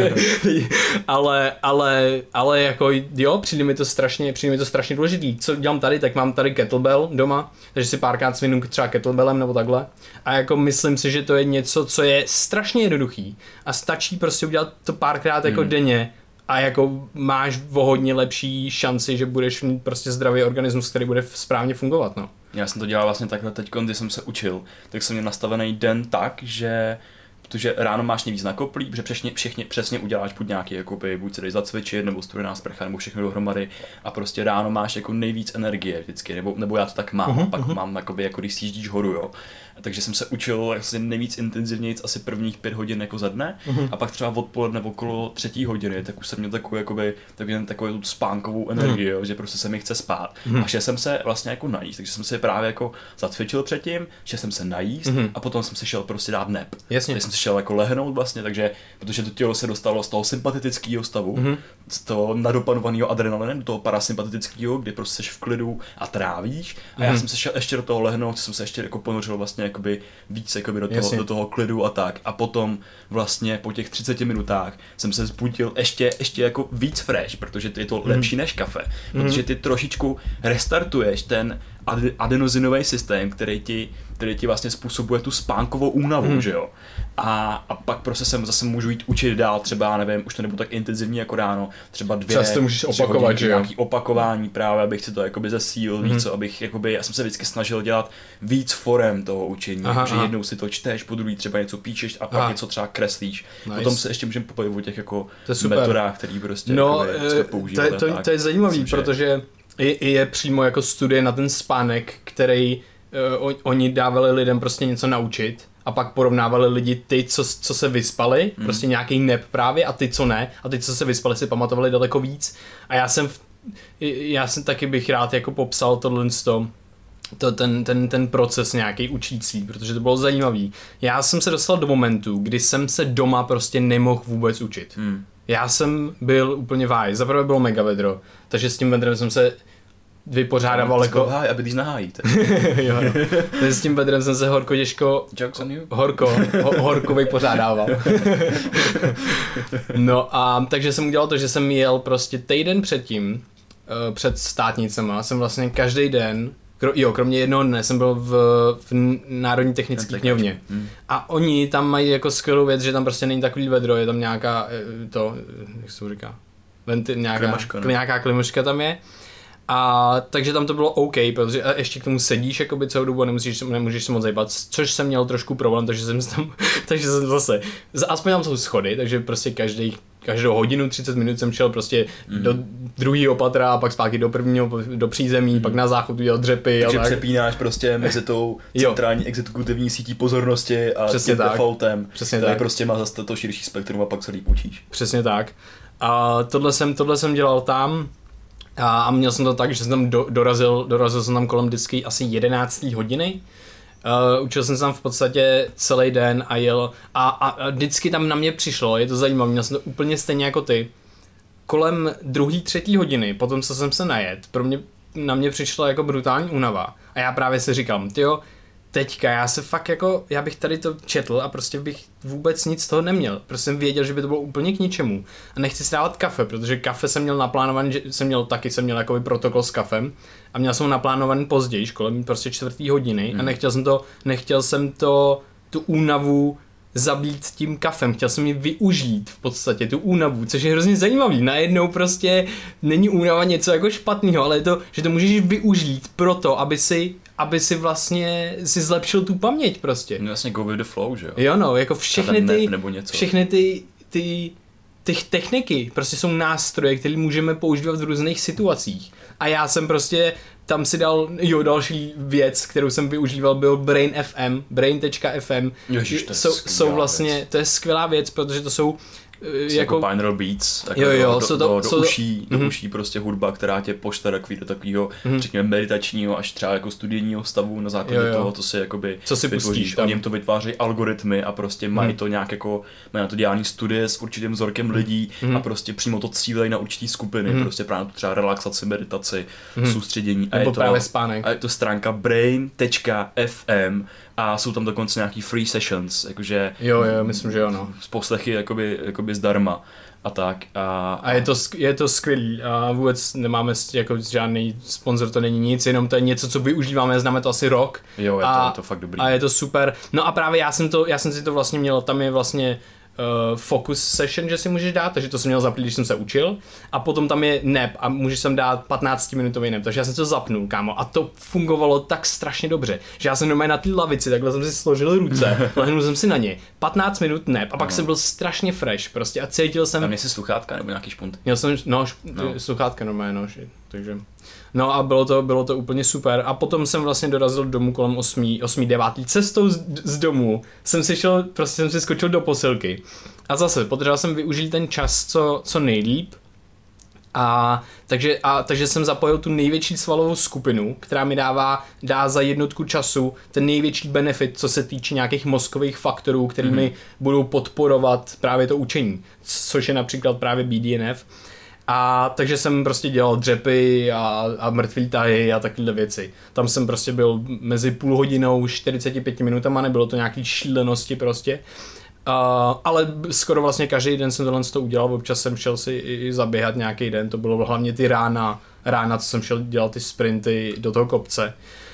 ale, ale, ale jako jo, přijde mi to strašně, přijde mi to strašně důležitý. Co dělám tady, tak mám tady kettlebell doma, takže si párkrát svinu třeba kettlebellem nebo takhle. A jako myslím si, že to je něco, co je strašně jednoduchý a stačí prostě udělat to párkrát jako hmm. denně a jako máš o hodně lepší šanci, že budeš mít prostě zdravý organismus, který bude správně fungovat, no. Já jsem to dělal vlastně takhle teď, když jsem se učil, tak jsem měl nastavený den tak, že protože ráno máš nejvíc nakoplý, protože přesně, všechny, přesně uděláš buď nějaký, jakoby, buď se jdeš zacvičit, nebo studená sprcha, nebo všechno dohromady a prostě ráno máš jako nejvíc energie vždycky, nebo, nebo já to tak mám, uh-huh, pak uh-huh. mám jakoby, jako když sjíždíš horu, jo. Takže jsem se učil asi nejvíc intenzivněji asi prvních pět hodin jako za dne uh-huh. a pak třeba odpoledne okolo třetí hodiny, tak už jsem měl takovou, jakoby, takovou, takovou spánkovou energii, uh-huh. jo, že prostě se mi chce spát. Uh-huh. A šel jsem se vlastně jako najíst, takže jsem se právě jako zacvičil předtím, šel jsem se najíst uh-huh. a potom jsem se šel prostě dát nap. Jasně. Jsem se šel jako lehnout vlastně, takže protože to tělo se dostalo z toho sympatetického stavu, mm-hmm. z toho nadopanovaného adrenalinu do toho parasympatetického, kdy prostě seš v klidu a trávíš. A mm-hmm. já jsem se šel ještě do toho lehnout, jsem se ještě jako ponořil vlastně jakoby víc jakoby do toho, do toho klidu a tak. A potom vlastně po těch třiceti minutách jsem se zbudil ještě, ještě jako víc fresh, protože je to mm-hmm. lepší než kafe, mm-hmm. protože ty trošičku restartuješ ten adenozinový systém, který ti, který ti vlastně způsobuje tu spánkovou únavu, hmm. že jo. A, a pak prostě se zase můžu jít učit dál, třeba, nevím, už to nebudu tak intenzivní jako ráno, třeba dvě, často můžeš opakovat, hodinky, že jo. Nějaký opakování právě, abych si to jakoby zesílil, hmm. víc co, abych jakoby, já jsem se vždycky snažil dělat víc forem toho učení, aha, že aha. jednou si to čteš, po druhý třeba něco píšeš a pak aha. něco třeba kreslíš. Nice. Potom se ještě můžeme pobavit o těch jako metodách, který prostě no, jakoby, jsme používali. To, to, to je zajímavý, myslím, protože je, je přímo jako studie na ten spánek, který uh, oni dávali lidem prostě něco naučit a pak porovnávali lidi ty, co, co se vyspali, mm. prostě nějaký nap právě a ty, co ne, a ty, co se vyspali, si pamatovali daleko víc. A já jsem, v, já jsem taky bych rád jako popsal tohle to, ten, ten, ten proces nějaký učící, protože to bylo zajímavý. Já jsem se dostal do momentu, kdy jsem se doma prostě nemohl vůbec učit. Mm. Já jsem byl úplně váj. Zaprvé bylo mega vedro, takže s tím vedrem jsem se vypořádával jako... Háj, aby když nahájíte. Jo, no. Takže s tím vedrem jsem se horko těžko... Jokes on you? Horko, ho, horko vypořádával. No a takže jsem udělal to, že jsem jel prostě týden předtím, před státnicema, jsem vlastně každý den, kro, jo, kromě jednoho dne jsem byl v, v Národní technické knihovně. Hmm. A oni tam mají jako skvělou věc, že tam prostě není takový vedro, je tam nějaká, to, jak se to říká, Ventil, nějaká, klimaška, no. nějaká klimaška tam je. A takže tam to bylo OK, protože ještě k tomu sedíš jakoby celou dobu a nemusíš, nemůžeš se moc zajíbat, což jsem měl trošku problém, takže jsem tam, takže jsem zase, aspoň tam jsou schody, takže prostě každý, každou hodinu, třicet minut jsem šel prostě mm. do druhého patra a pak zpátky do prvního, do přízemí, mm. pak na záchod udělal dřepy. Takže tak. Přepínáš prostě mezi tou centrální exekutivní sítí pozornosti a přesně tím tak. defaultem, Přesně který tak. prostě má zase to širší spektrum a pak se líp učíš. Přesně tak. A tohle jsem, tohle jsem dělal tam. A měl jsem to tak, že jsem tam do, dorazil, dorazil jsem tam kolem vždycky asi jedenácté hodiny. Uh, učil jsem se tam v podstatě celý den a jel a, a, a vždycky tam na mě přišlo, je to zajímavé, měl jsem to úplně stejně jako ty. Kolem druhé, třetí hodiny, potom co jsem se najet, pro mě, na mě přišla jako brutální únava. A já právě si říkám, tyjo, teďka já se fakt jako, já bych tady to četl a prostě bych vůbec nic z toho neměl. Prostě jsem věděl, že by to bylo úplně k ničemu. A nechci si dávat kafe, protože kafe jsem měl naplánovaný, že jsem měl taky, jsem měl jakoby protokol s kafem a měl jsem ho naplánovaný později, kolem prostě čtvrtý hodiny hmm. a nechtěl jsem to, nechtěl jsem to, tu únavu zabít tím kafem, chtěl jsem ji využít v podstatě, tu únavu, což je hrozně zajímavý. Najednou prostě není únava něco jako špatného, ale je to, že to můžeš využít proto, aby si, aby si vlastně si zlepšil tu paměť prostě. No vlastně go with the flow, že jo? Jo no, jako všechny ty, nebo něco. všechny ty, ty, ty techniky prostě jsou nástroje, které můžeme používat v různých situacích. A já jsem prostě tam si dal, jo, další věc, kterou jsem využíval, byl Brain F M, brain tečka f m. Ježiš, to je jsou, jsou vlastně, věc. To je skvělá věc, protože to jsou Jako, jako binaural beats, jako jo, jo, do, do, to, do, do, to, uší, do mm-hmm. uší prostě hudba, která tě pošle takový do takového, mm-hmm. řekněme, meditačního až třeba jako studijního stavu na základě jo, jo. toho, co si jakoby co si vytvoříš. Oni jim to vytvářejí algoritmy a prostě mají mm. to nějak jako, mají na to dělaný studie s určitým vzorkem mm. lidí mm. a prostě přímo to cílejí na určitý skupiny, mm. prostě právě třeba relaxaci, meditaci, mm. soustředění. A je, to, právě spánek. A je to stránka brain tečka f m a jsou tam dokonce nějaký free sessions, jakože jo, jo, myslím, že jo, no. Z poslechy jakoby, jakoby zdarma a tak. A, a je to, je to skvělý a vůbec nemáme jako žádný sponzor, to není nic, jenom to je něco, co využíváme, známe to asi rok. Jo, je, a, to, je to fakt dobrý. A je to super. No a právě já jsem to, já jsem si to vlastně měl, tam je vlastně Uh, focus session, že si můžeš dát, takže to jsem měl zapnout, když jsem se učil, a potom tam je nap a můžeš sem dát patnáctiminutový nap, takže já jsem to zapnul, kámo, a to fungovalo tak strašně dobře, že já jsem normálně na té lavici, takhle jsem si složil ruce, lehnul jsem si na ně, patnáct minut nap a pak jsem byl strašně fresh prostě a cítil jsem... A měl jsi sluchátka nebo nějaký špunt? Měl jsem, no, no. sluchátka normálně, no, takže... No a bylo to, bylo to úplně super a potom jsem vlastně dorazil domů kolem osmi devátý Cestou z, z domu jsem si šel, prostě jsem si skočil do posilky a zase potřeboval jsem využít ten čas co, co nejlíp a takže, a takže jsem zapojil tu největší svalovou skupinu, která mi dává, dá za jednotku času ten největší benefit, co se týče nějakých mozkových faktorů, kterými mm-hmm. budou podporovat právě to učení, což je například právě B D N F. A takže jsem prostě dělal dřepy a, a mrtvý tahy a takovéhle věci. Tam jsem prostě byl mezi půl hodinou, čtyřiceti pěti minutama, nebylo to nějaký šílenosti prostě. Uh, ale skoro vlastně každý den jsem tohle to udělal, občas jsem šel si i zaběhat nějaký den, to bylo hlavně ty rána, rána, co jsem šel dělat ty sprinty do toho kopce.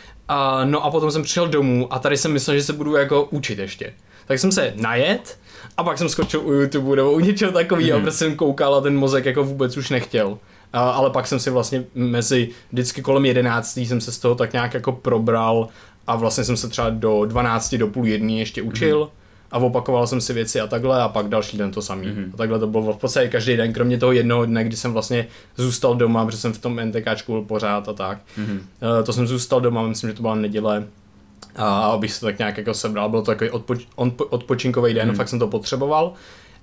Uh, no a potom jsem přišel domů a tady jsem myslel, že se budu jako učit ještě. Tak jsem se najet a pak jsem skočil u YouTube nebo u něčeho takového, mm. protože jsem koukal a ten mozek jako vůbec už nechtěl. Uh, ale pak jsem si vlastně mezi, vždycky kolem jedenáctý jsem se z toho tak nějak jako probral a vlastně jsem se třeba do dvanácti, do půl jedný ještě učil. Mm. A opakoval jsem si věci a takhle a pak další den to samý. Mm-hmm. A takhle to bylo v podstatě každý den, kromě toho jednoho dne, kdy jsem vlastně zůstal doma, protože jsem v tom NTKčku byl pořád a tak. Mm-hmm. Uh, to jsem zůstal doma, myslím, že to byla neděle. A abych se tak nějak jako sebral, byl to takový odpoč- odpočinkový den, mm-hmm. fakt jsem to potřeboval.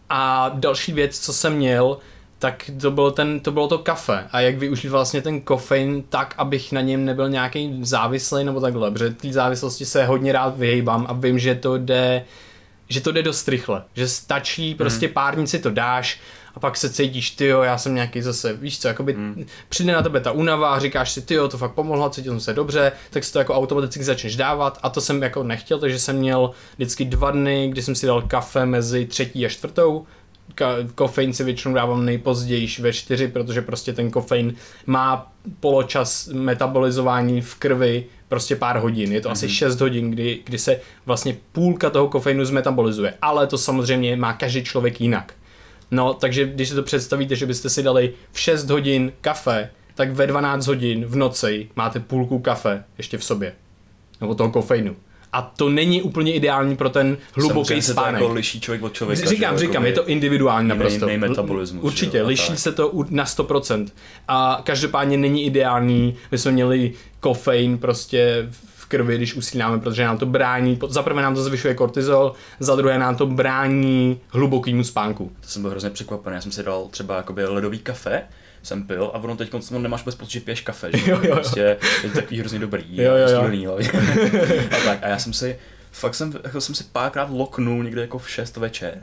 A další věc, co jsem měl, tak to bylo, ten, to bylo to kafe a jak využít vlastně ten kofein tak, abych na něm nebyl nějaký závislý nebo takhle, protože té závislosti se hodně rád vyhejbám a vím, že to jde že to jde dost rychle, že stačí prostě mm. pár dní si to dáš a pak se cítíš, tyjo, já jsem nějaký zase, víš co, jakoby mm. přijde na tebe ta únava a říkáš si, tyjo, to fakt pomohlo, cítil jsem se dobře, tak si to jako automaticky začneš dávat a to jsem jako nechtěl, takže jsem měl vždycky dva dny, kdy jsem si dal kafe mezi třetí a čtvrtou, Ka- kofein si většinou dávám nejpozději ve čtyři, protože prostě ten kofein má poločas metabolizování v krvi prostě pár hodin, je to mm-hmm. asi šest hodin, kdy, kdy se vlastně půlka toho kofeinu zmetabolizuje, ale to samozřejmě má každý člověk jinak. No, takže když si to představíte, že byste si dali v šest hodin kafe, tak ve dvanáct hodin v noci máte půlku kafe ještě v sobě, nebo toho kofeinu. A to není úplně ideální pro ten hluboký spánek. Se to jako liší člověk od člověka. Říkám, říkám, je to individuální naprosto. Jiný metabolismus. Určitě, liší se to na sto procent. A každopádně není ideální, my jsme měli kofein prostě v krvi, když usínáme, protože nám to brání, za prvé nám to zvyšuje kortizol, za druhé nám to brání hlubokýmu spánku. To jsem byl hrozně překvapený, já jsem si dal třeba jakoby ledový kafe, jsem pil a ono teď nemáš vůbec pocit, že piješ kafe, že? Jo, jo. Prostě je to takový hrozně dobrý, jo, jo, studený hlavně. A tak, a já jsem si, fakt jsem, jako jsem si párkrát loknul někde jako v šest večer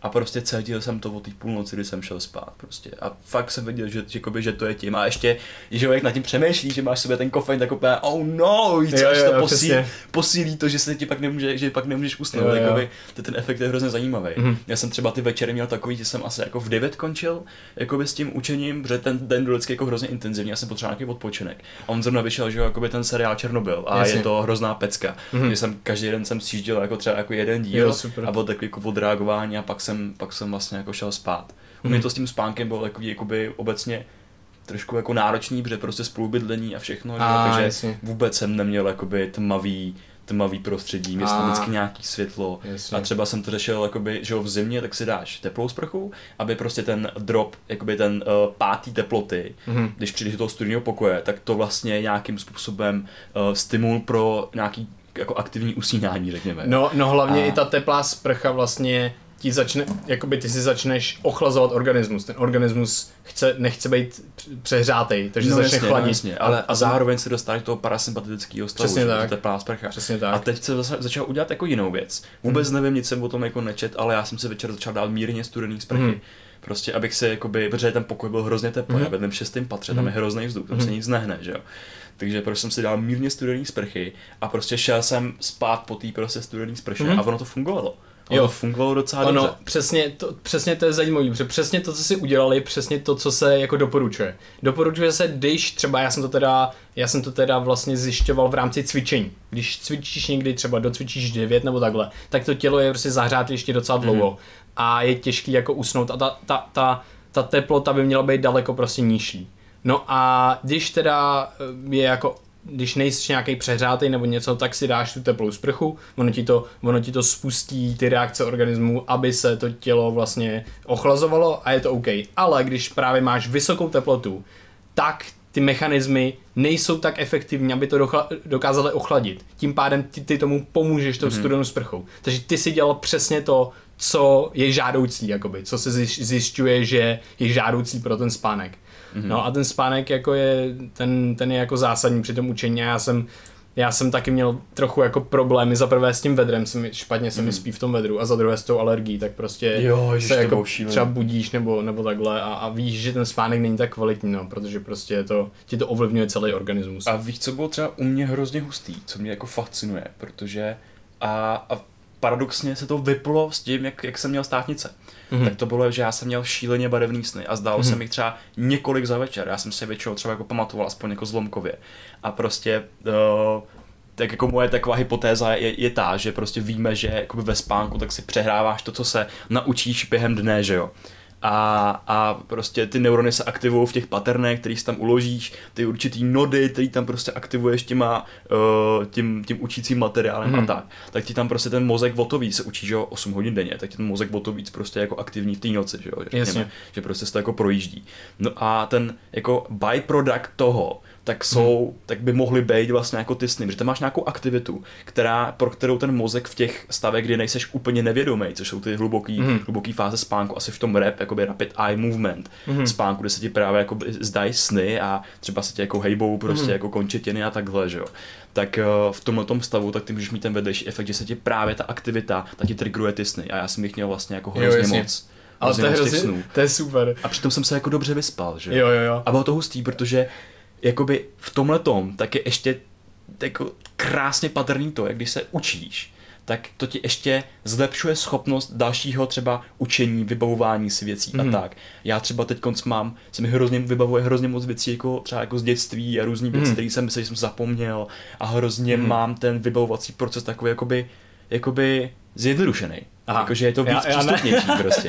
a prostě cítil jsem to od té půlnoci, kdy jsem šel spát prostě a fakt jsem věděl, že, že, že to je tím a ještě, že člověk nad tím přemýšlí, že máš sobě ten kofein, tak úplně oh no, víc, jo, až jo, to posílí, přesně. posílí to, že se ti pak nemůže, že pak nemůžeš usnout, Jo, jo. jakoby, to ten efekt je hrozně zajímavý. Mhm. Já jsem třeba ty večery měl takový, že jsem asi jako v devět končil jakoby s tím učením, protože ten den byl vždycky jako hrozně intenzivní, já jsem potřeboval nějaký odpočinek. A on zrovna vyšel, že jakoby ten seriál Černobyl a Jasně. je to hrozná pecka. Mhm. Že jsem každý den jsem sjížděl jako třeba jako jeden díl Jo, super. a byl takový jako odreagování a pak jsem, pak jsem vlastně jako šel spát. U mě to s tím spánkem bylo takový jakoby obecně trošku jako náročný, protože prostě spolubydlení a všechno, A, že? Takže jasně. vůbec jsem neměl jakoby tmavý tmavý prostředí, měl jsem A. vždycky nějaký světlo Jasně. a třeba jsem to řešil, jakoby, že jo, v zimě, tak si dáš teplou sprchu, aby prostě ten drop, jakoby ten uh, pátý teploty, Mhm. když přijdeš do toho studeného pokoje, tak to vlastně nějakým způsobem uh, stimul pro nějaký jako aktivní usínání, řekněme. No, no hlavně A- i ta teplá sprcha vlastně ti začne, jakoby ty si začneš ochlazovat organismus. Ten organismus chce, nechce být přehřátej, takže no, začne jasně, chladit. no, jasně, ale a zároveň se dostáš do toho parasympatického stavu, Přesně že tak. to je teplá sprcha. Přesně tak. A teď se zase začal udělat jako jinou věc. Vůbec nevím, nic jsem o tom jako nečet, ale já jsem se večer začal dát mírně studený sprchy. Mhm. Prostě abych se jakoby, protože ten pokoj byl hrozně teplý, Mhm. já bydlím v šestém patře, tam je hrozný vzduch, tam se nic nehne, že jo. Takže prostě jsem si dal mírně studený sprchy a prostě šel jsem spát po té prostě studený sprše Mhm. a ono to fungovalo. Ono Jo. to fungovalo docela Ono, dobře. přesně to, přesně to je zajímavé, protože přesně to, co si udělali, přesně to, co se jako doporučuje. Doporučuje se, když třeba, já jsem to teda, já jsem to teda vlastně zjišťoval v rámci cvičení. Když cvičíš někdy třeba docvičíš devět nebo takhle, tak to tělo je prostě zahřátý ještě docela dlouho. Mm. A je těžký jako usnout a ta, ta, ta, ta teplota by měla být daleko prostě nižší. No a když teda je jako když nejsi nějaký přehřátej nebo něco, tak si dáš tu teplou sprchu, ono ti to, ono ti to spustí ty reakce organismu, aby se to tělo vlastně ochlazovalo a je to OK. Ale když právě máš vysokou teplotu, tak ty mechanismy nejsou tak efektivní, aby to dochla- dokázaly ochladit. Tím pádem ty, ty tomu pomůžeš tou studenou sprchou. Takže ty si dělal přesně to, co je žádoucí, jakoby, co se zjiš- zjišťuje, že je žádoucí pro ten spánek. Mm-hmm. No a ten spánek jako je, ten, ten je jako zásadní při tom učení a já jsem, já jsem taky měl trochu jako problémy, za prvé s tím vedrem, se mi, špatně se mi spí v tom vedru a za druhé s tou alergií, tak prostě Jo, ježiš, se to jako bylo šílený. třeba budíš nebo, nebo takhle a, a víš, že ten spánek není tak kvalitní, no, protože prostě je to, ti to ovlivňuje celý organismus. A víš, co bylo třeba u mě hrozně hustý, co mě jako fascinuje, protože a, a paradoxně se to vyplo s tím, jak, jak jsem měl státnice. Mm-hmm. Tak to bylo, že já jsem měl šíleně barevný sny a zdálo mm-hmm. se mi třeba několik za večer. Já jsem si většinou třeba jako pamatoval aspoň jako zlomkově. A prostě uh, tak jako moje taková hypotéza je, je ta, že prostě víme, že jakoby ve spánku tak si přehráváš to, co se naučíš během dne, že jo. A, a prostě ty neurony se aktivují v těch paternech, který si tam uložíš, ty určitý nody, který tam prostě aktivuješ těma, uh, tím, tím učícím materiálem hmm. a tak. Tak ti tam prostě ten mozek o to víc, se učíš jo, osm hodin denně, tak ti ten mozek o to víc prostě jako aktivní v té noci, že jo, že, řekněme, že prostě se to jako projíždí. No a ten jako byproduct toho, tak jsou, hmm. tak by mohly být vlastně jako ty sny, že tam máš nějakou aktivitu, která, pro kterou ten mozek v těch stavech, kdy nejseš úplně nevědomý, což jsou ty hluboký, hmm. hluboký fáze spánku, asi v tom rap, jakoby rapid eye movement hmm. spánku, kde se ti právě jako zdají sny a třeba se ti jako hejbou prostě hmm. jako končetiny a takhle, že jo. Tak v tomhletom stavu, tak ty můžeš mít ten vedlejší efekt, že se ti právě ta aktivita, ta ti triggeruje ty sny a já jsem jich měl vlastně jako hrozně moc. Ale to je, hrozně, to je super. A přitom jsem se jako dobře vyspal, že jo, jo, jo. A bylo to hustý, protože jakoby v tomhletom tak je ještě jako krásně patrný to, jak když se učíš, tak to ti ještě zlepšuje schopnost dalšího třeba učení, vybavování si věcí mm. a tak. Já třeba teď konc mám, se mi hrozně vybavuje hrozně moc věcí jako třeba jako z dětství a různý věci, mm. které jsem myslel, že jsem zapomněl a hrozně mm. mám ten vybavovací proces takový jakoby, jakoby zjednodušený. Jakože je to víc já, já přístupnější prostě.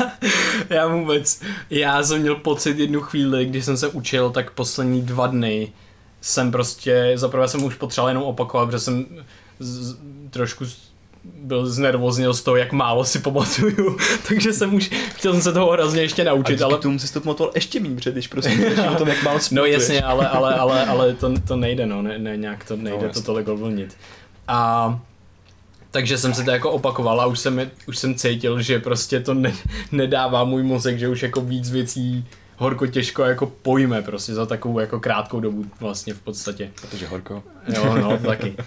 Já vůbec. Já jsem měl pocit jednu chvíli, když jsem se učil, tak poslední dva dny jsem prostě, zaprvé jsem už potřeboval jenom opakovat, protože jsem z, trošku byl znervozněl z toho, jak málo si pamatuju, takže jsem už, chtěl jsem se toho hrozně ještě naučit, a ale... A tomu si to pamatoval ještě méně, protože když prostě nevíš o tom, jak málo No jasně, ale, ale, ale, ale to, to nejde, no, ne, ne, nějak to nejde no, to tolik ovlnit. A... Takže jsem se to jako opakoval a už jsem, už jsem cítil, že prostě to ne, nedává můj mozek, že už jako víc věcí horko těžko jako pojme prostě za takovou jako krátkou dobu vlastně v podstatě. Protože horko. Jo, no, taky. Uh,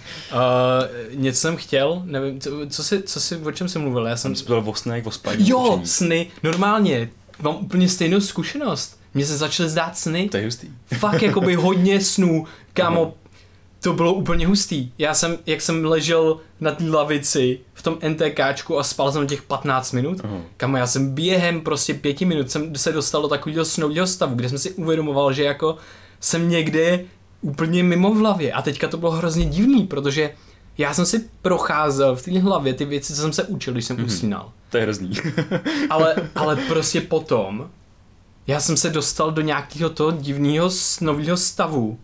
něco jsem chtěl, nevím, co, co, jsi, co jsi, o čem jsi mluvil? Já jsem... Jsem byl o snech, o spaní. Jo, učení. Sny, normálně, mám úplně stejnou zkušenost. Mně se začaly zdát sny. To je hustý. Fakt jakoby hodně snů, kámo, to bylo úplně hustý. Já jsem, jak jsem ležel na té lavici v tom NTKčku a spal jsem těch patnáct minut, uh-huh. kámo, já jsem během prostě pěti minut jsem se dostal do takového snového stavu, kde jsem si uvědomoval, že jako jsem někde úplně mimo v hlavě a teďka to bylo hrozně divný, protože já jsem si procházel v té hlavě ty věci, co jsem se učil, když jsem mm-hmm. usínal. To je hrozný. ale, ale prostě potom já jsem se dostal do nějakého toho divného snového stavu.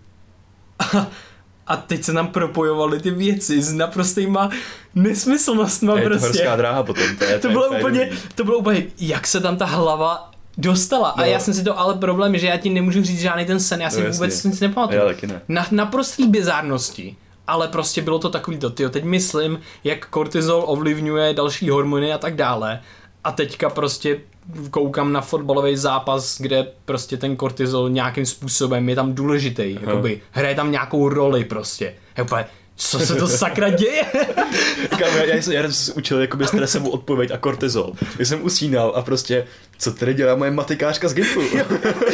A, a teď se nám propojovaly ty věci s naprostýma nesmyslnostma je prostě. Je to horská dráha potom. To, je, to, to, bylo je, úplně, to bylo úplně, jak se tam ta hlava dostala. A no. já jsem si to, ale problém je, že já ti nemůžu říct žádný ten sen, já si no, vůbec nic nepamatuju. Já taky ne. Na, na prostý bizárnosti. Ale prostě bylo to takový to, tyjo, teď myslím, jak kortizol ovlivňuje další hormony a tak dále. A teďka prostě koukám na fotbalový zápas, kde prostě ten kortizol nějakým způsobem je tam důležitý, jakoby hraje tam nějakou roli prostě. Jakoby, co se to sakra děje? Kámo, já, já, jsem, já jsem se učil jakoby stresovou odpověď a kortizol. Já jsem usínal a prostě, co tady dělá moje matikářka z Gimplu? jo,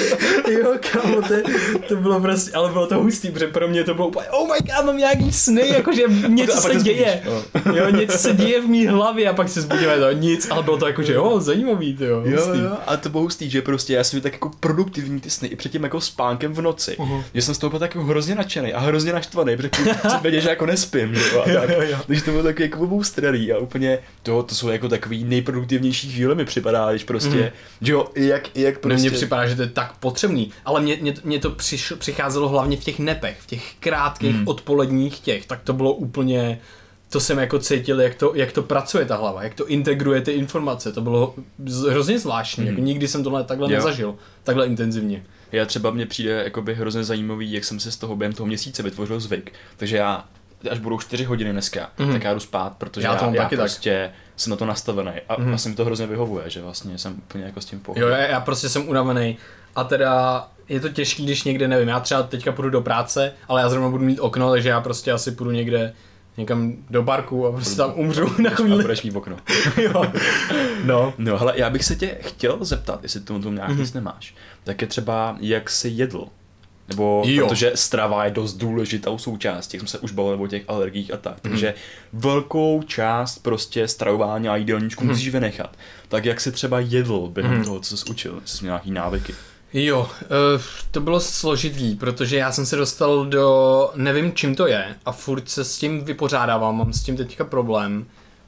jo, kámo, to, to bylo prostě, ale bylo to hustý, protože pro mě to bylo úplně, oh my god, mám nějaký sny, jakože něco se děje. Jo, něco se děje v mý hlavě a pak se zbudíme to nic, ale bylo to jakože, jo, zajímavý, to jo, jo, jo, a to bylo hustý, že prostě já jsem měl tak jako produktivní ty sny i před tím jako spánkem v noci, uh-huh. že jsem z toho byl tak jako hrozně nadšený a hrozně naštvaný, protože jsem věděl, že jako nespím, že jo, a tak. Jo, jo, jo. Takže to bylo takový jako boustralý a úplně to, to jsou jako takový nejproduktivnější chvíle mi připadá, když prostě, mm. že jo, jak, jak prostě. Mně připadá, že to je tak potřebný, ale mně, mně, mně to přišlo, přicházelo hlavně v těch nepech, v těch krátkých mm. odpoledních těch, tak to bylo úplně, to jsem jako cítil, jak to, jak to pracuje ta hlava, jak to integruje ty informace, to bylo hrozně zvláštní, mm. jako nikdy jsem tohle takhle jo. nezažil, takhle intenzivně. Já třeba mně přijde jakoby hrozně zajímavý, jak jsem se z toho během toho měsíce vytvořil zvyk, takže já až budou čtyři hodiny dneska, mm. tak já jdu spát, protože já, já, já prostě tak. jsem na to nastavený a mm. asi mi to hrozně vyhovuje, že vlastně jsem úplně jako s tím pohodou. Jo, já, já prostě jsem unavený a teda je to těžký, když někde nevím, já třeba teďka půjdu do práce, ale já zrovna budu mít okno, takže já prostě asi půjdu někde někam do parku a prostě tam umřu na chvíli. A budeš mít v okno. jo. No. No, hele, já bych se tě chtěl zeptat, jestli tomu tomu nějak mm. nic nemáš, tak je třeba, jak jsi jedl. Nebo jo. protože strava je dost důležitou součástí, jak jsme se už bavili o těch alergiích a tak, mm. takže velkou část prostě stravování a jídelníčku mm. musíš vynechat. Tak jak jsi třeba jedl během mm. toho, co jsi učil, jestli jsi měl nějaký návyky? Jo, uh, to bylo složitý, protože já jsem se dostal do, nevím čím to je a furt se s tím vypořádávám, mám s tím teďka problém.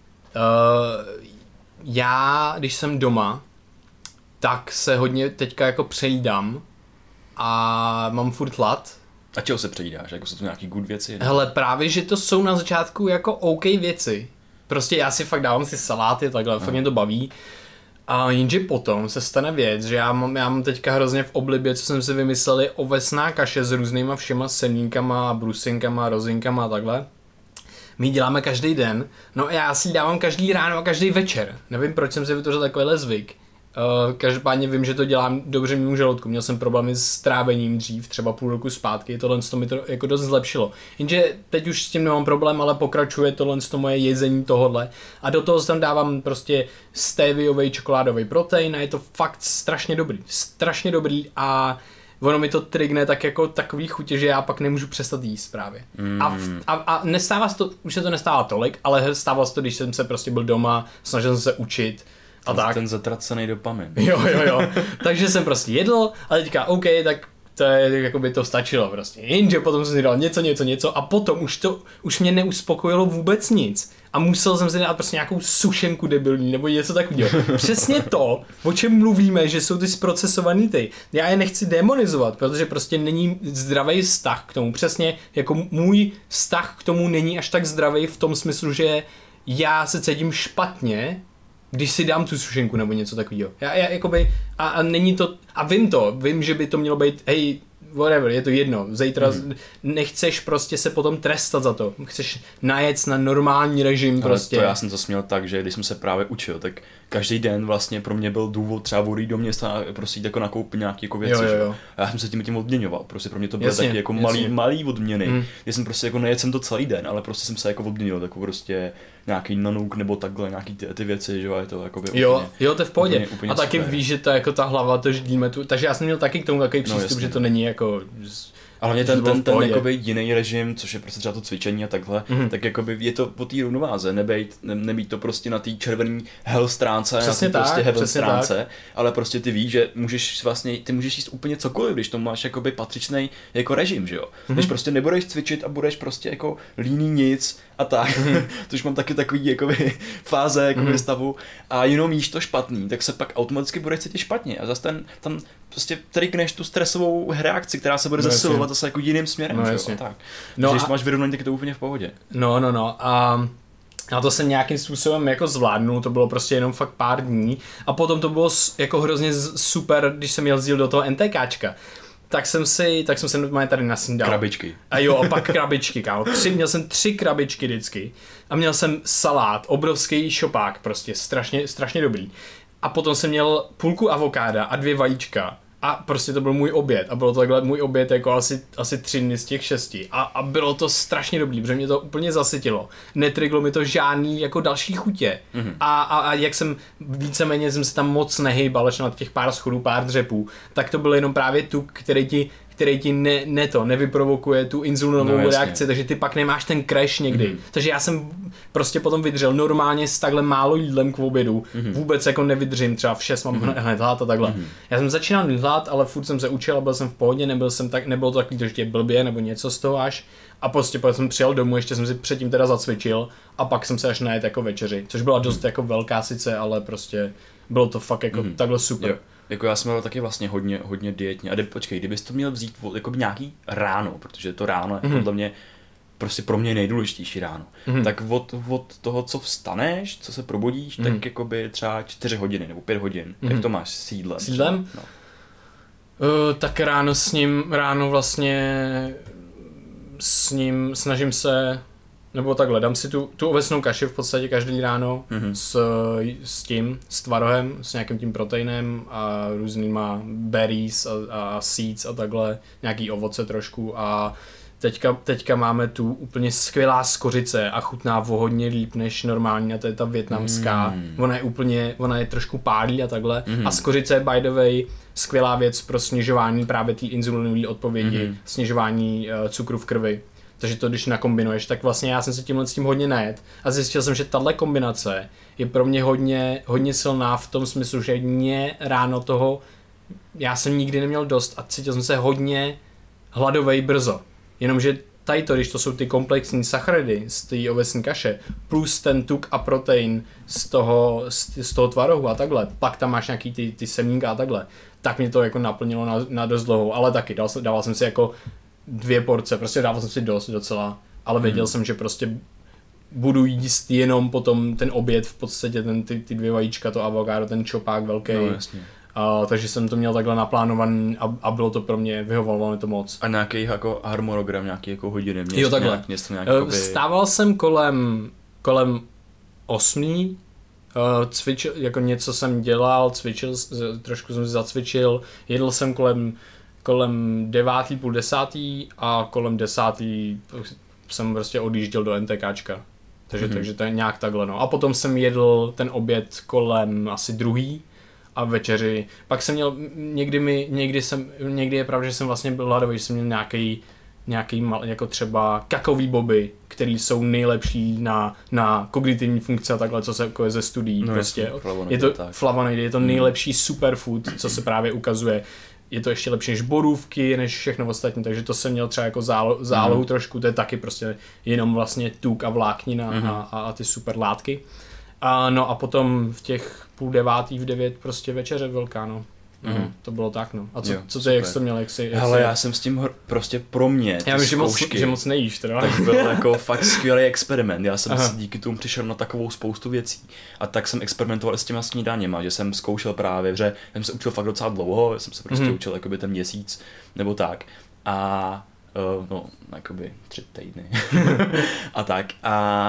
Uh, já, když jsem doma, tak se hodně teďka jako přejídám a mám furt hlad. A čeho se přejídáš? Jako jsou to nějaký good věci? Ne? Hele, právě, že to jsou na začátku jako OK věci. Prostě já si fakt dávám si saláty takhle, fakt mě to baví. A jenže potom se stane věc, že já mám, já mám teďka hrozně v oblibě, co jsem si vymysleli, ovesná kaše s různýma všema semínkama, brusinkama, rozinkama a takhle. My ji děláme každý den, no a já si ji dávám každý ráno a každý večer. Nevím, proč jsem si vytvořil takovýhle zvyk. Uh, každopádně vím, že to dělám dobře mému žaludku. Měl jsem problémy s trávením dřív, třeba půl roku zpátky, tohle to mi to jako dost zlepšilo. Jenže teď už s tím nemám problém, ale pokračuje tohle to moje jezení tohodle. A do toho tam dávám prostě steviový čokoládový protein a je to fakt strašně dobrý. Strašně dobrý a ono mi to trigne tak jako takový chutě, že já pak nemůžu přestat jíst právě. Mm. A, v, a, a nestává se to, už se to nestává tolik, ale stávalo se to, když jsem se prostě byl doma, snažil jsem se učit. A ten, tak. ten zatracený dopamin. Jo, jo, jo. Takže jsem prostě jedl a teďka OK, tak to je, jako by to stačilo prostě. Jenže potom jsem si dal něco, něco, něco a potom už to, už mě neuspokojilo vůbec nic. A musel jsem si dát prostě nějakou sušenku debilní nebo něco takového. Přesně to, o čem mluvíme, že jsou ty zprocesovaný ty. Já je nechci demonizovat, protože prostě není zdravý vztah k tomu. Přesně jako můj vztah k tomu není až tak zdravý v tom smyslu, že já se cítím špatně, když si dám tu sušenku nebo něco takového. Já, já jakoby, a, a není to, a vím to, vím, že by to mělo být, hej, whatever, je to jedno, zítra mm. nechceš prostě se potom trestat za to, chceš najet na normální režim. Ale prostě. To já jsem to směl tak, že když jsem se právě učil, tak každý den vlastně pro mě byl důvod třeba odjít do města a prostě jít jako nakoupit nějaké jako věci. Jo, jo, jo. A já jsem se tím tím odměňoval. Prostě pro mě to byly jasně, taky jako jasně. malý, malý odměny. Mm. Já jsem prostě jako nejedl jsem to celý den, ale prostě jsem se jako odměnil, takový prostě nějaký nanouk nebo takhle, nějaký ty, ty věci, že jo, je to jako jo, úplně, jo, to je v pohodě. Úplně, úplně a taky super. Víš, že to jako ta hlava, to ždíme tu, takže já jsem měl taky k tomu takový přístup, no, že to není jako... A hlavně ten, ten, ten jakoby jiný režim, což je prostě třeba to cvičení a takhle, mm. tak jakoby je to po té rovnováze, nebejt, ne, nebýt to prostě na té červený hell stránce, přesně na té prostě heaven stránce, tak. Ale prostě ty víš, že můžeš vlastně, ty můžeš jíst úplně cokoliv, když to máš jakoby patřičný jako režim, že jo. Mm. Když prostě nebudeš cvičit a budeš prostě jako líný nic a tak, mm. což mám taky takový jakoby fáze jakoby mm. stavu a jenom jíš to špatný, tak se pak automaticky budeš cítit špatně a zase ten, tam prostě trikneš tu stresovou reakci, která se bude no, zesilovat zase jako jiným směrem, no, že jo, tak. No když a... máš vyrovnaný, tak je to úplně v pohodě. No, no, no a... A to jsem nějakým způsobem jako zvládnul, to bylo prostě jenom fakt pár dní a potom to bylo jako hrozně super, když jsem jezdil do toho NTKčka. Tak jsem si, tak jsem se normálně tady nasnídal. Krabičky. A jo, a pak krabičky, kámo. Tři, měl jsem tři krabičky vždycky a měl jsem salát, obrovský šopák, prostě strašně, strašně dobrý. A potom jsem měl půlku avokáda a dvě vajíčka. A prostě to byl můj oběd a bylo to takhle můj oběd jako asi, asi tři dny z těch šesti a, a bylo to strašně dobrý, protože mě to úplně zasytilo. Netriglo mi to žádný jako další chutě mm-hmm. a, a, a jak jsem víceméně jsem se tam moc nehejbal, až na těch pár schodů, pár dřepů, tak to byl jenom právě tuk, který ti který ti ne, ne to, nevyprovokuje tu inzulinovou no, reakci, takže ty pak nemáš ten crash někdy. Mm-hmm. Takže já jsem prostě potom vydržel normálně s takhle málo jídlem k obědu, mm-hmm. vůbec jako nevydržím, třeba v šest mám mm-hmm. hned hlad a takhle. Mm-hmm. Já jsem začínal mít hlad, ale furt jsem se učil a byl jsem v pohodě, nebyl jsem tak, nebylo to takový, že tě blbě nebo něco z toho až. A prostě pak jsem přijel domů, ještě jsem si předtím teda zacvičil a pak jsem se až najet jako večeři, což byla dost mm-hmm. jako velká sice, ale prostě bylo to fakt jako mm-hmm. takhle super. Jo. Jako já jsem měl taky vlastně hodně, hodně dietně. A de, počkej, kdybys to měl vzít jako nějaký ráno, protože to ráno je mm-hmm. podle mě prostě pro mě nejdůležitější ráno. Mm-hmm. Tak od, od toho, co vstaneš, co se probudíš, mm-hmm. tak jakoby třeba čtyři hodiny nebo pět hodin. Mm-hmm. Jak to máš s jídlem? S jídlem? No. Uh, tak ráno s ním, ráno vlastně s ním snažím se, nebo takhle, dám si tu, tu ovesnou kaši v podstatě každý ráno mm-hmm. s, s tím, s tvarohem, s nějakým tím proteinem a různýma berries a, a seeds a takhle, nějaký ovoce trošku a teďka, teďka máme tu úplně skvělá skořice a chutná o hodně líp než normální a to je ta vietnamská, mm. ona je úplně, ona je trošku pálí a takhle mm. a skořice je by the way skvělá věc pro snižování právě té inzulinové odpovědi, mm. snižování uh, cukru v krvi. Takže to, když nakombinuješ, tak vlastně já jsem se tímhle s tím hodně najet a zjistil jsem, že tahle kombinace je pro mě hodně, hodně silná v tom smyslu, že mě ráno toho, já jsem nikdy neměl dost a cítil jsem se hodně hladovej brzo. Jenomže tady to, když to jsou ty komplexní sacharidy z té ovesní kaše, plus ten tuk a protein z toho, z, z toho tvarohu a takhle, pak tam máš nějaký ty, ty semínka a takhle, tak mě to jako naplnilo na, na dost dlouhou, ale taky dal, dával jsem si jako dvě porce, prostě dával jsem si dost docela, ale věděl hmm. jsem, že prostě budu jíst jenom potom ten oběd v podstatě, ten, ty, ty dvě vajíčka, to avokádo, ten čopák velký. No, jasně. Uh, takže jsem to měl takhle naplánovaný a, a bylo to pro mě, vyhovovalo mi to moc. A nějaký jako harmonogram, nějaký jako hodiny? Jo, takhle. Nějak, něco nějak, uh, jakoby... Stával jsem kolem, kolem osmý, uh, cvičil, jako něco jsem dělal, cvičil, trošku jsem si zacvičil, jedl jsem kolem kolem devátý, půl desátý a kolem desátý jsem prostě odjížděl do NTKčka. Takže, mm-hmm. takže to je nějak takhle, no. A potom jsem jedl ten oběd kolem asi druhý a večeři. Pak jsem měl, někdy mi, někdy jsem, někdy je pravda, že jsem vlastně byl hladový, že jsem měl nějaký, nějaký mal, jako třeba kakaový boby, který jsou nejlepší na, na kognitivní funkce a takhle, co se jako je ze studií. No, prostě. Je to flavonoidy, je to nejlepší superfood, co se právě ukazuje. Je to ještě lepší než borůvky, než všechno ostatní, takže to jsem měl třeba jako zálo, zálohu mm. trošku, to je taky prostě jenom vlastně tuk a vláknina mm. a, a ty super látky. A no a potom v těch půl devátý, v devět prostě večeře velká, no. Mm. No, to bylo tak, no. A co, jo, co ty, jak jsi to měl, jak jsi... Hele, já jsem s tím hr- prostě pro mě, já vím, že moc, že moc nejíš, teda. Tak byl jako fakt skvělý experiment. Já jsem si díky tomu přišel na takovou spoustu věcí. A tak jsem experimentoval s těma snídaněma, že jsem zkoušel právě, že jsem se učil fakt docela dlouho, jsem se prostě mm. učil jakoby ten měsíc, nebo tak. A, uh, no, jakoby tři týdny. a tak. A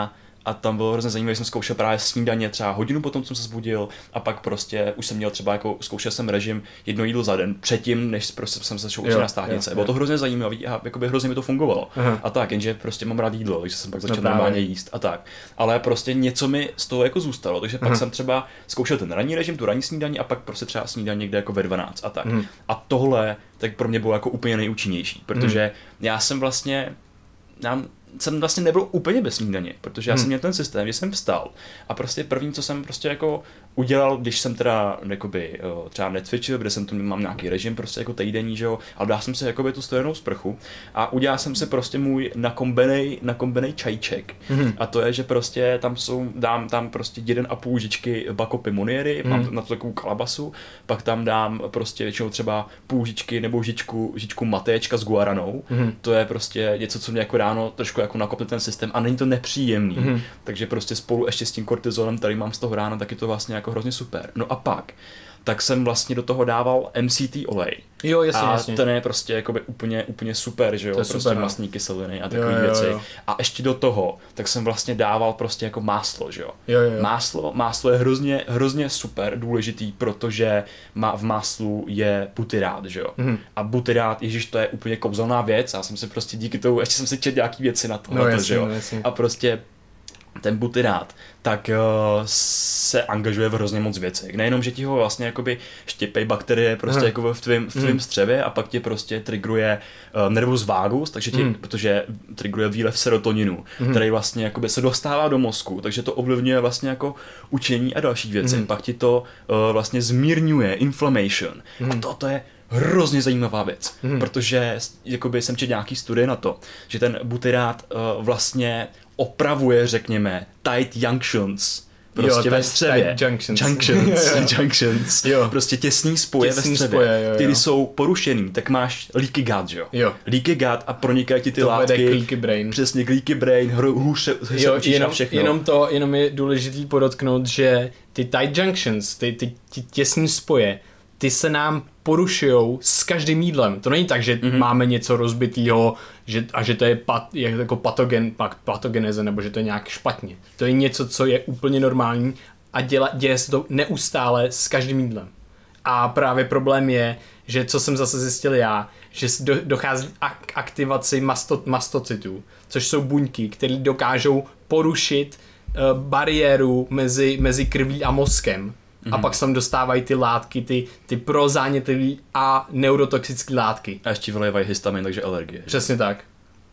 a tam bylo hrozně zajímavé, jsem zkoušel právě snídaně třeba hodinu potom, jsem se zbudil a pak prostě už jsem měl třeba jako, zkoušel jsem režim jedno jídlo za den předtím, než prostě jsem se šel učit na státnice. Bylo to hrozně zajímavý a jakoby hrozně mi to fungovalo. Aha. A tak, jenže prostě mám rád jídlo, takže jsem pak začal no normálně jíst a tak. Ale prostě něco mi z toho jako zůstalo, takže pak Aha. jsem třeba zkoušel ten ranní režim, tu ranní snídaní a pak prostě třeba snídaní někde jako ve dvanáct a tak. Hmm. A tohle tak pro mě bylo jako úplně nejúčinnější, protože hmm. já jsem vlastně já jsem vlastně nebyl úplně bez snídaně, protože já hmm. jsem měl ten systém, že jsem vstal a prostě první, co jsem prostě jako udělal, když jsem teda jakoby, třeba netvičil, kde jsem tu mám nějaký režim prostě jako týdenní, že jo, ale dal jsem si jakoby tu studenou sprchu a udělal jsem si prostě můj nakombenej, nakombenej čajček hmm. a to je, že prostě tam jsou, dám tam prostě jeden a půl žičky bakopy moniery, hmm. mám na to takovou kalabasu, pak tam dám prostě většinou třeba půl žičky nebo žičku, žičku matéčka s guaranou, hmm. to je prostě něco, co mě jako ráno trošku jako nakopne ten systém a není to nepříjemný, hmm. takže prostě spolu ještě s tím kortizolem, který mám z toho rána, tak je to vlastně jako hrozně super. No a pak, tak jsem vlastně do toho dával M C T olej. Jo, jasně, a jasně. ten je prostě jakoby úplně, úplně super, že jo, prostě super, mastní kyseliny a takové věci. Jo. A ještě do toho, tak jsem vlastně dával prostě jako máslo, že jo. Jo, jo, jo. Máslo, máslo je hrozně, hrozně super důležitý, protože má, v máslu je butyrát, že jo. Mm. A butyrát, ježiš, to je úplně kouzelná věc, já jsem si prostě díky tomu, ještě jsem si četl nějaký věci na to, no, na jasně, to že jo. no, jasně. A prostě ten butyrát, tak uh, se angažuje v hrozně moc věcech. Nejenom, že ti ho vlastně jakoby štěpej bakterie prostě jako v tvým, v tvým mm. střevě a pak ti prostě trigruje uh, nervus vagus, takže ti, mm. protože trigruje výlev serotoninu, mm. který vlastně jakoby se dostává do mozku, takže to ovlivňuje vlastně jako učení a další věci. Mm. Pak ti to uh, vlastně zmírňuje inflammation. Mm. A toto je hrozně zajímavá věc, mm. protože jakoby jsem četl nějaký studie na to, že ten butyrát uh, vlastně opravuje, řekněme, tight junctions prostě jo, ve střevě. Junctions. Junctions. Junctions. Jo. Prostě těsný spoje těsný ve střevě. Spoje, jo, jo. Ty, když jsou porušený, tak máš leaky gut, jo? jo. Leaky gut a pronikají ti ty to látky. Leaky brain. Přesně, leaky brain, hůře se učíš na všechno. Jenom to, jenom je důležitý podotknout, že ty tight junctions, ty, ty, ty těsný spoje, ty se nám porušujou s každým jídlem. To není tak, že mm-hmm. máme něco rozbitýho že, a že to je, pat, je jako patogen, patogeneze nebo že to je nějak špatně. To je něco, co je úplně normální a děla, děje se to neustále s každým jídlem. A právě problém je, že co jsem zase zjistil já, že do, dochází k aktivaci masto, mastocytů, což jsou buňky, které dokážou porušit uh, bariéru mezi, mezi krví a mozkem. Mm-hmm. A pak se tam dostávají ty látky, ty, ty prozánětlivé a neurotoxické látky. A ještě vylévají histamin, takže alergie. Přesně tak.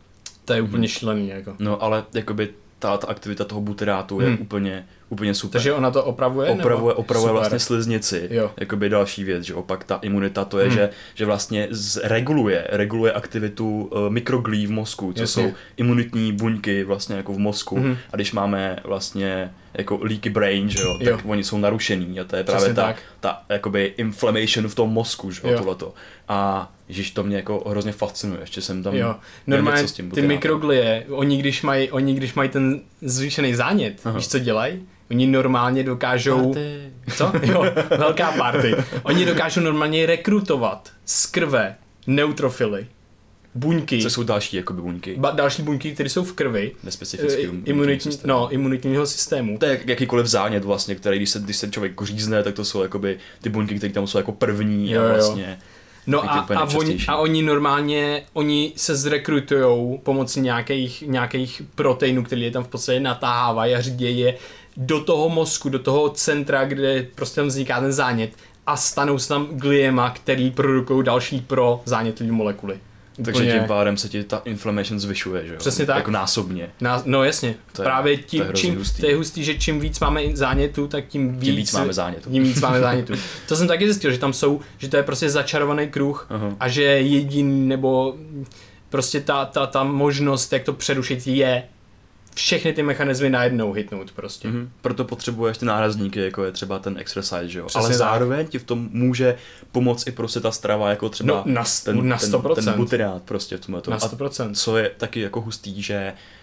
To je úplně mm. šílený. Jako. No ale jakoby ta, ta aktivita toho butyrátu je mm. úplně, úplně super. Takže ona to opravuje? Opravuje, opravuje vlastně sliznici. Jo. Jakoby další věc, že opak ta imunita to je, mm. že, že vlastně zreguluje, reguluje aktivitu uh, mikroglí v mozku, co Jasně. jsou imunitní buňky vlastně jako v mozku. Mm. A když máme vlastně jako leaky brain, že jo, tak jo. oni jsou narušený a to je právě ta, ta jakoby inflammation v tom mozku, že jo, tohleto. A ježiš, to mě jako hrozně fascinuje, ještě jsem tam jo. Normálně s tím ty mikroglie, oni když mají, oni když mají ten zvýšený zánět, Aha. víš co dělají? Oni normálně dokážou... Party. Co? Jo, velká party. Oni dokážou normálně rekrutovat z krve neutrofily. Buňky. Co jsou další jakoby buňky? Ba- další buňky, které jsou v krvi. Nespecifický uh, imunitní, no, imunitního systému. To je jakýkoliv zánět vlastně, který když se, když se člověk řízne, tak to jsou jakoby ty buňky, které tam jsou jako první jo, a vlastně... Jo. No a, a, oni, a oni normálně, oni se zrekrutujou pomocí nějakých, nějakých proteinů, které je tam v podstatě natáhávají a řídí je do toho mozku, do toho centra, kde prostě tam vzniká ten zánět a stanou se tam gliema, který produkují další pro zánětlivé molekuly. Takže tím pádem se ti ta inflammation zvyšuje, že jo? Přesně tak. Jako násobně. Ná, no jasně. To je, Právě tím, to je čím, hustý. to je hustý, že čím víc máme zánětu, tak tím víc, tím víc máme zánětu. Tím víc máme zánětu. To jsem taky zjistil, že tam jsou, že to je prostě začarovaný kruh uh-huh. a že jediný, nebo prostě ta, ta, ta možnost, jak to přerušit, je všechny ty mechanismy najednou hitnout prostě. Mm-hmm. Proto potřebuješ ty nárazníky, jako je třeba ten exercise, že jo? Ale tak. zároveň ti v tom může pomoct i prostě ta strava, jako třeba no, na, ten, na sto procent. ten, ten butyrát prostě v tomhle. Na sto procent. A co je taky jako hustý, že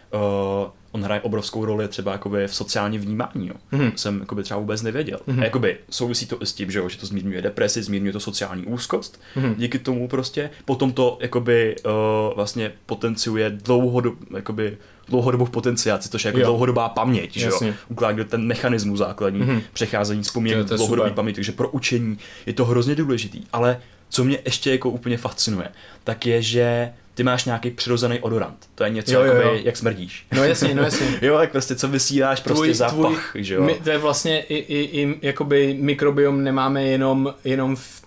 uh, on hraje obrovskou roli třeba jakoby v sociálním vnímání, jo. Mm-hmm. Jsem jakoby třeba vůbec nevěděl. Mm-hmm. A jakoby souvisí to s tím, že, jo, že to zmírňuje depresi, zmírňuje to sociální úzkost. Mm-hmm. Díky tomu prostě potom to jakoby uh, vlastně potenciuje dlouhodob, jakoby dlouhodobou potenciaci, což je jako jo. dlouhodobá paměť, že jo. Ukládá ten mechanismus základní mm-hmm. přecházení z poměru dlouhodobé paměti, takže pro učení je to hrozně důležitý, ale co mě ještě jako úplně fascinuje, tak je, že ty máš nějaký přirozený odorant. To je něco, jo, jo, jo. Jakoby, jak smrdíš. No jasně, no jasně. Jo, tak prostě co vysíláš, prostě tvůj, zapach, tvůj, že jo. My, to je vlastně i, i, i jakoby mikrobiom nemáme jenom, jenom v,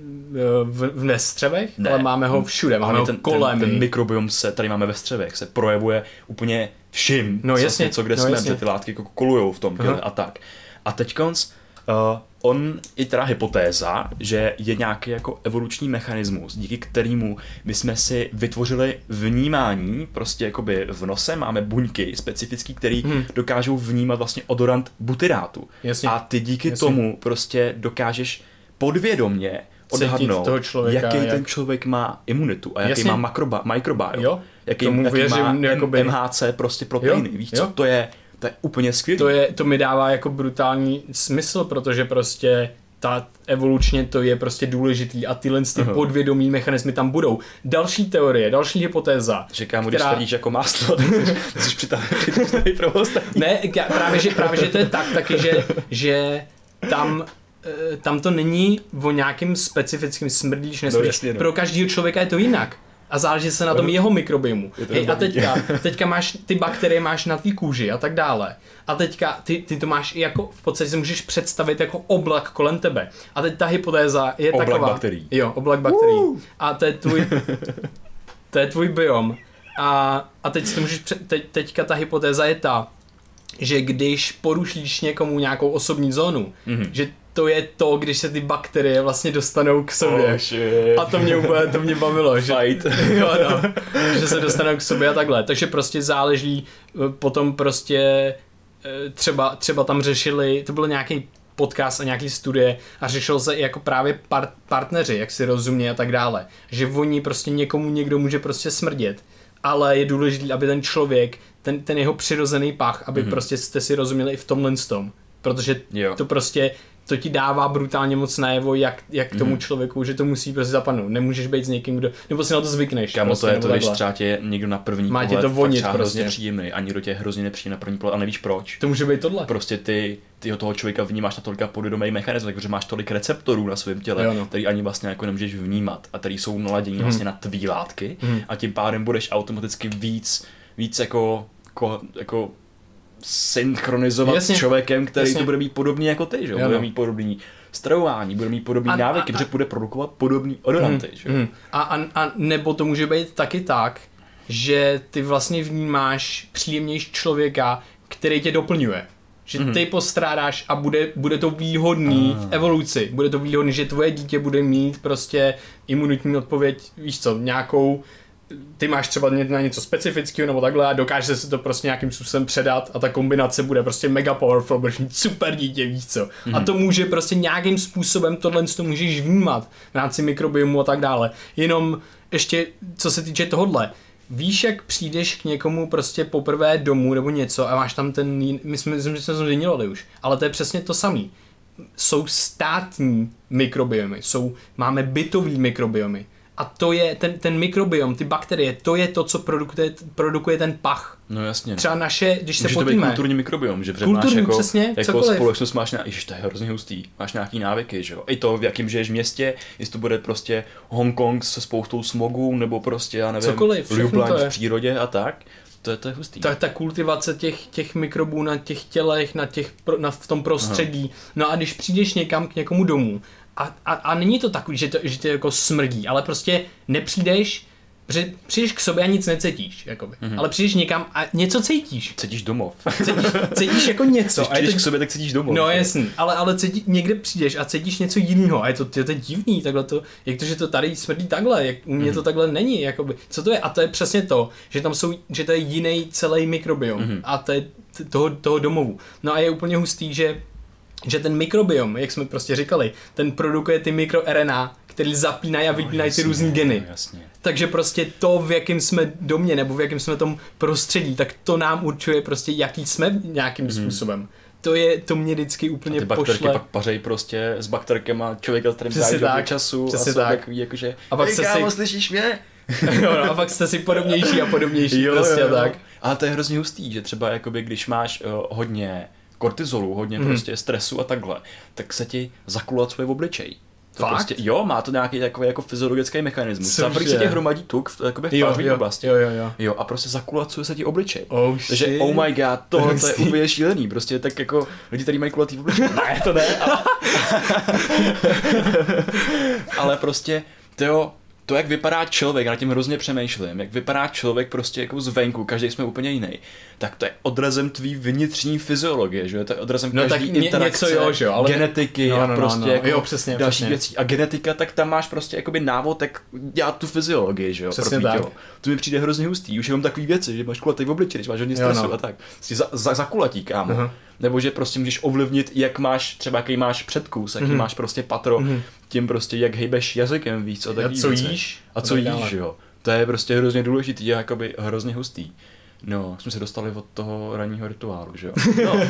v, v nestřevech, ne. ale máme ho všude, máme ho ten, kolem. Ten, ten mikrobiom se tady máme ve střevech, se projevuje úplně všim, no, jasně, co, kde no, jsme, jasně. že ty látky jako kolujou v tom těle a tak. A teďkonc Uh, on je teda hypotéza, že je nějaký jako evoluční mechanismus, díky kterému my jsme si vytvořili vnímání, prostě jakoby v nose máme buňky specifický, který hmm. dokážou vnímat vlastně odorant butyrátu. Jasně. A ty díky Jasně. tomu prostě dokážeš podvědomě odhadnout, člověka, jaký jak... ten člověk má imunitu a jaký Jasně. má makroba, mikrobiom, jo? jaký, Tomu jaký věřím, má jakoby... M H C, prostě proteiny, jo? víš jo? co, to je To je úplně skvělé. To, je, to mi dává jako brutální smysl, protože prostě ta evolučně to je prostě důležitý a tyhle ty uh-huh. podvědomí mechanismy tam budou. Další teorie, další hypotéza. Říkám, která... když tvrdíš jako máslo, tak jsi přitáhli pro ostatní. Ne, právě že, právě, že to je tak, taky, že, že tam tam to není o nějakým specifickým smrdíš, nesmrdíš. No, pro každého člověka je to jinak. A záleží se na tom jeho mikrobiomu. Hej, a teďka, teďka máš ty bakterie máš na té kůži a tak dále. A teďka ty, ty to máš jako v podstatě si můžeš představit jako oblak kolem tebe. A teď ta hypotéza je oblak taková. Bakterií. Jo, oblak bakterií. Uh. A to je tvůj to je tvůj biom. A, a teď si to můžeš před, teď, teďka ta hypotéza je ta, že když porušíš někomu nějakou osobní zónu, mm-hmm. že to je to, když se ty bakterie vlastně dostanou k sobě. Oh, a to mě úplně, to mě bavilo. Že, Fight. jo, no, že se dostanou k sobě a takhle. Takže prostě záleží, potom prostě třeba, třeba tam řešili, to byl nějaký podcast a nějaký studie a řešilo se jako právě part, partneři, jak si rozumějí a tak dále. Že oni prostě někomu někdo může prostě smrdět, ale je důležité, aby ten člověk, ten, ten jeho přirozený pach, aby mm-hmm. prostě jste si rozuměli i v tomhle tom. Protože jo. to prostě to ti dává brutálně moc najevo, jak, jak tomu mm. člověku, že to musí prostě zapadnout. Nemůžeš být s někým, kdo, nebo si na to zvykneš. Kámo, prostě, to je to, když třeba tě někdo na první má pohled to vonit, fakt prostě. hrozně příjemný a někdo tě hrozně nepříjemný na první pohled a nevíš proč. To může být tohle. Prostě ty, ty toho člověka vnímáš na tolika podvědomý mechanismus, takže máš tolik receptorů na svém těle, jo, no. který ani vlastně jako nemůžeš vnímat a který jsou naladění mm. vlastně na tvý látky mm. a tím pádem budeš automaticky víc, víc jako, jako, jako synchronizovat jasně, s člověkem, který jasně. to bude mít podobný jako ty, že jo? Bude mít podobný stravování, bude mít podobný a, návyky, a, a, protože bude produkovat podobný odoranty, mm, že jo? Mm. A, a, a nebo to může být taky tak, že ty vlastně vnímáš příjemnější člověka, který tě doplňuje. Že mm. ty postrádáš a bude, bude to výhodný ah. v evoluci. Bude to výhodný, že tvoje dítě bude mít prostě imunitní odpověď, víš co, nějakou ty máš třeba na něco specifického nebo takhle a dokáže se to prostě nějakým způsobem předat a ta kombinace bude prostě mega powerful, budeš mít super dítě, víš co. Mm. A to může prostě nějakým způsobem tohle to můžeš vnímat v rámci mikrobiomu a tak dále. Jenom ještě co se týče tohodle, víš, jak přijdeš k někomu prostě poprvé domů nebo něco a máš tam ten, my jsme, myslím, že jsme to zmiňovali už, ale to je přesně to samý. Jsou státní mikrobiomy, jsou, máme bytový mikrobiomy. A to je ten, ten mikrobiom, ty bakterie, to je to, co produkuje, produkuje ten pach. No jasně. Třeba naše, když může se potíme. Může to být kulturní mikrobiom, že kulturní, máš jako, přesně, jako společnost máš, na, ježiš, to je hrozně hustý, máš nějaký návyky, že jo. I to, v jakým žiješ městě, jestli to bude prostě Hongkong se spoustou smogů, nebo prostě, já nevím, Ljublaň v přírodě a tak. To je, to je hustý. Tak ta kultivace těch, těch mikrobů na těch tělech, na těch, na, v tom prostředí. Aha. No a když přijdeš někam k někomu domů, A, a, a není to takový, že to, že to jako smrdí, ale prostě nepřijdeš, protože přijdeš k sobě a nic necítíš, jakoby. Mm-hmm. Ale přijdeš někam a něco cítíš. Cítíš domov. Cítíš, cítíš jako něco. Když přijdeš to... k sobě, tak cítíš domov. No jasný, ale, ale cítí, někde přijdeš a cítíš něco jiného a je to, je to divný, takhle to, jak to, že to tady smrdí takhle, jak u mě mm-hmm. to takhle není, jakoby. Co to je? A to je přesně to, že tam jsou, že to je jiný celý mikrobiom mm-hmm. a to je toho, toho domovu. No a je úplně hustý, že že ten mikrobiom, jak jsme prostě říkali, ten produkuje ty mikroer en á, který zapínají a vypínají no, ty různý geny. No, jasně. Takže prostě to, v jakém jsme domě, nebo v jakém jsme tom prostředí, tak to nám určuje prostě, jaký jsme nějakým hmm. způsobem. To je, to mě vždycky úplně pošle. A ty bakterky pošle. pak pařej prostě s bakterkama člověka, kterým dáš času přesně a jsou tak. takový jakože a pak hej, kámo, si... slyšíš mě? jo, no, a pak jste si podobnější a podobnější jo, prostě jo, jo. tak. Ale to je hrozně hustý, že třeba jakoby, když máš uh, hodně kortizolu, hodně mm. prostě stresu a takhle, tak se ti zakulacuje v obličej. To prostě, jo, má to nějaký takový jako fyziologický mechanismus. Zaprý se ti hromadí tuk v, jakoby v pářové oblasti. Jo, jo, jo. Jo, a prostě zakulacuje se ti obličej. Oh, Takže oh my god, tohle to je úplně šílený. Prostě tak jako lidi, kteří mají kulatý obličej. Ne, to ne. Ale, ale prostě, to jo, to, jak vypadá člověk, na tím hrozně přemýšlím, jak vypadá člověk prostě jako zvenku, každý jsme úplně jiný, tak to je odrazem tvý vnitřní fyziologie, že jo, to je odrazem no, každý tak interakce, něco jo, že jo, ale genetiky no, no, a prostě no, no. jako jo, přesně, další přesně. věcí. A genetika, tak tam máš prostě jakoby návod, jak dělat tu fyziologii, že jo, přesně pro tak. tělo. To mi přijde hrozně hustý, už jenom takový věci, že máš kulatý v obličeji, když máš hodně stresu jo, no. a tak. Jsi za, za, zakulatí, kámo. Uh-huh. Nebo že prostě můžeš ovlivnit, jak máš, třeba jaký máš předkus, jaký mm-hmm. máš prostě patro, mm-hmm. tím prostě jak hejbeš jazykem víc a tak a co věci. jíš. A co jíš, jo. To je prostě hrozně důležitý a jakoby hrozně hustý. No, jsme se dostali od toho ranního rituálu, že jo. No, uh,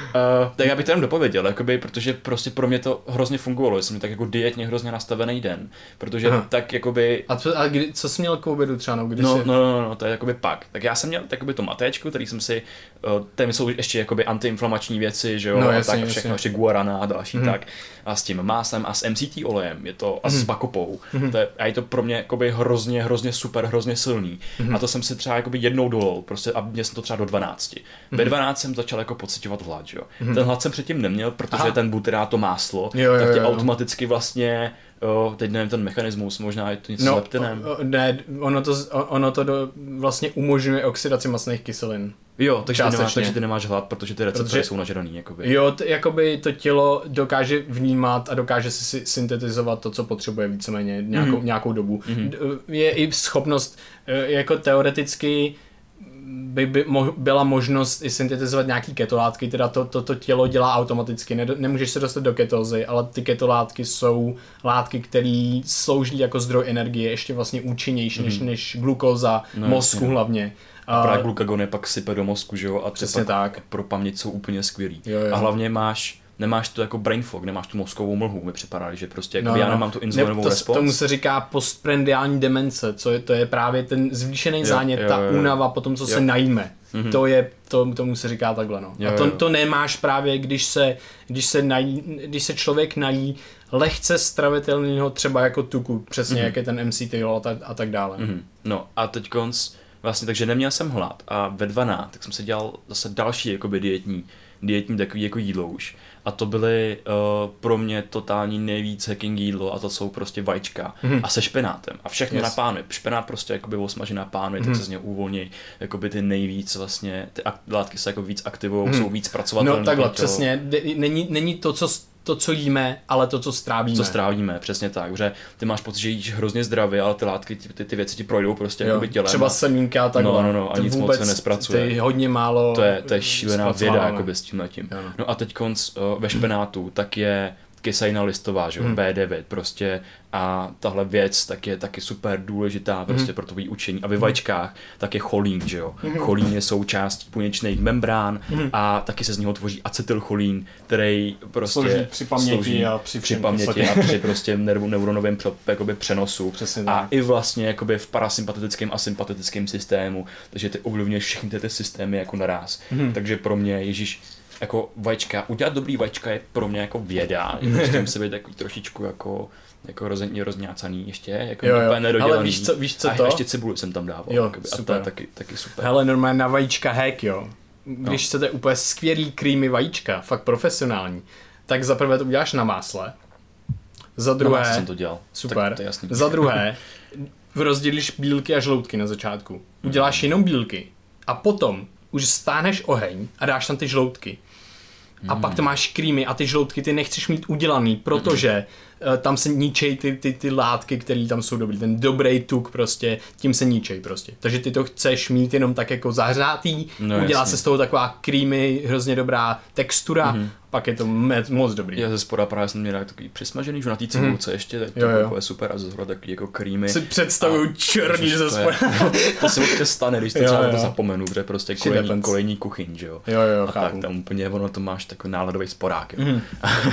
tak já bych to jenom dopověděl, jakoby, protože prostě pro mě to hrozně fungovalo, jsem tak jako dietně hrozně nastavený den, protože Aha. tak jakoby... A, to, a kdy, co jsi měl k obědu třeba, no, když no, jsi... no, no, no, to je jakoby pak. Tak já jsem měl takoby to matéčko, který jsem si, uh, tam jsou ještě jakoby antiinflamační věci, že jo, no, a jasně, tak jasně. všechno, ještě guarana a další mm. tak. A s tím máslem a s em cé té olejem, je to, a mm. s bakopou. Mm. To je, a je to pro mě jakoby hrozně, hrozně super, hrozně silný. Mm. A to jsem si třeba jakoby jednou dolol, prostě a měl jsem to třeba do dvanácti. Mm. Ve dvanácti jsem začal jako pocitovat hlad, jo. Mm. Ten hlad jsem předtím neměl, protože Aha. ten buterá to máslo, jo, jo, tak tě jo. automaticky vlastně, jo, teď nevím ten mechanismus, možná je to něco no, s leptinem. O, o, ne, ono to, ono to do, vlastně umožňuje oxidaci mastných kyselin. Jo, takže ty, nemáš, takže ty nemáš hlad, protože ty receptory protože, jsou nažraný, jakoby. Jo, t- jakoby to tělo dokáže vnímat a dokáže si syntetizovat to, co potřebuje víceméně nějakou, mm. nějakou dobu. Mm. Je i schopnost, jako teoreticky by, by mo- byla možnost i syntetizovat nějaký ketolátky, teda to, to, to tělo dělá automaticky, ne- nemůžeš se dostat do ketózy, ale ty ketolátky jsou látky, které slouží jako zdroj energie, ještě vlastně účinnější mm. než, než glukóza, no, mozku jasně. hlavně. A právě glukagon je pak sype do mozku, že jo, a přesně tak. Pro paměť jsou úplně skvělý. Jo, jo. A hlavně máš, nemáš tu jako brain fog, nemáš tu mozkovou mlhu, mi připadá, že prostě jako no, já nemám tu inzulinovou ne, to, respons. Tomu se říká postprandiální demence, co je, to je právě ten zvýšený zánět, jo, jo, jo. ta únava po tom, co jo. se najíme. Mm-hmm. To je, to, tomu se říká takhle, no. Jo, a to, jo. to nemáš právě, když se, když se, nají, když se člověk nají lehce stravitelného třeba jako tuku, přesně mm-hmm. jak je ten em cé té a, ta, a tak dále. Mm-hmm. No a teď konc, vlastně, takže neměl jsem hlad a ve dvanácti, tak jsem se dělal zase další jakoby dietní, dietní takový jako jídlo už. A to byly uh, pro mě totální nejvíc hacking jídlo a to jsou prostě vajíčka mm-hmm. a se špenátem. A všechno yes. na pánvi. Špenát prostě jakoby osmaží na pánvi, mm-hmm. tak se z něj uvolní jakoby ty nejvíc vlastně, ty ak- látky se jako víc aktivujou, mm-hmm. jsou víc pracovatelné. No takhle, přesně. Není, není to, co to, co jíme, ale to, co strávíme. Co strávíme, přesně tak, protože ty máš pocit, že jíš hrozně zdravě, ale ty látky, ty, ty věci ti projdou prostě jakoby tělem. Třeba semínka a takhle. No, no, no, a nic moc se nespracuje. Ty hodně málo. To je, to je šílená věda jakoby s tímhletím. No. no a teď konc uh, ve špenátu, tak je kyselina listová, že jo, hmm. bé devět prostě a tahle věc tak je taky super důležitá prostě hmm. pro tvý učení a ve vajíčkách tak je cholín, že jo. Hmm. Cholín je součástí buněčných membrán hmm. a taky se z něho tvoří acetylcholín, který prostě slouží při paměti slouží a při, při paměti a při prostě neuronovém jakoby přenosu. Přesně a i vlastně jakoby v parasympatetickém a sympatetickém systému, takže ty ovlivňuješ všechny ty systémy jako naráz. Hmm. Takže pro mě, ježíš, jako vajíčka, udělat dobrý vajíčka je pro mě jako věda, prostě musí být takový trošičku jako jako rozně, rozňácaný ještě, jako jo, jo. úplně nedodělaný. Ale víš co, víš co a to? ještě cibuli jsem tam dával, jo, jakoby, a to je taky, taky super. Hele, normálně na vajíčka hack, jo. Když no. chcete úplně skvělý creamy vajíčka, fakt profesionální, tak za prvé to uděláš na másle, za druhé... Na jsem to dělal. Super. Tak to je jasný. Za druhé, rozdělíš bílky a žloutky na začátku. Uděláš jenom bílky a potom už stáhneš oheň a dáš tam ty žloutky. A mm. pak to máš creamy a ty žloutky ty nechceš mít udělaný, protože tam se ničej ty, ty, ty látky, které tam jsou dobrý, ten dobrý tuk prostě, tím se ničej prostě. Takže ty to chceš mít jenom tak jako zahřátý, no, udělá jasně. se z toho taková creamy, hrozně dobrá textura, mm-hmm. pak je to moc dobrý. Já ze spoda právě jsem měl takový přismažený, že na té cibulce mm. ještě, tak to jo, je super a ze zhora takový jako creamy. Si představuju černý ze spoda. To se určitě stane, když to třeba to zapomenu, protože prostě kolejní, kolejní kuchyň, že jo. Jo, jo, a tak tam úplně ono to máš takový náladový sporák, jo. Mm.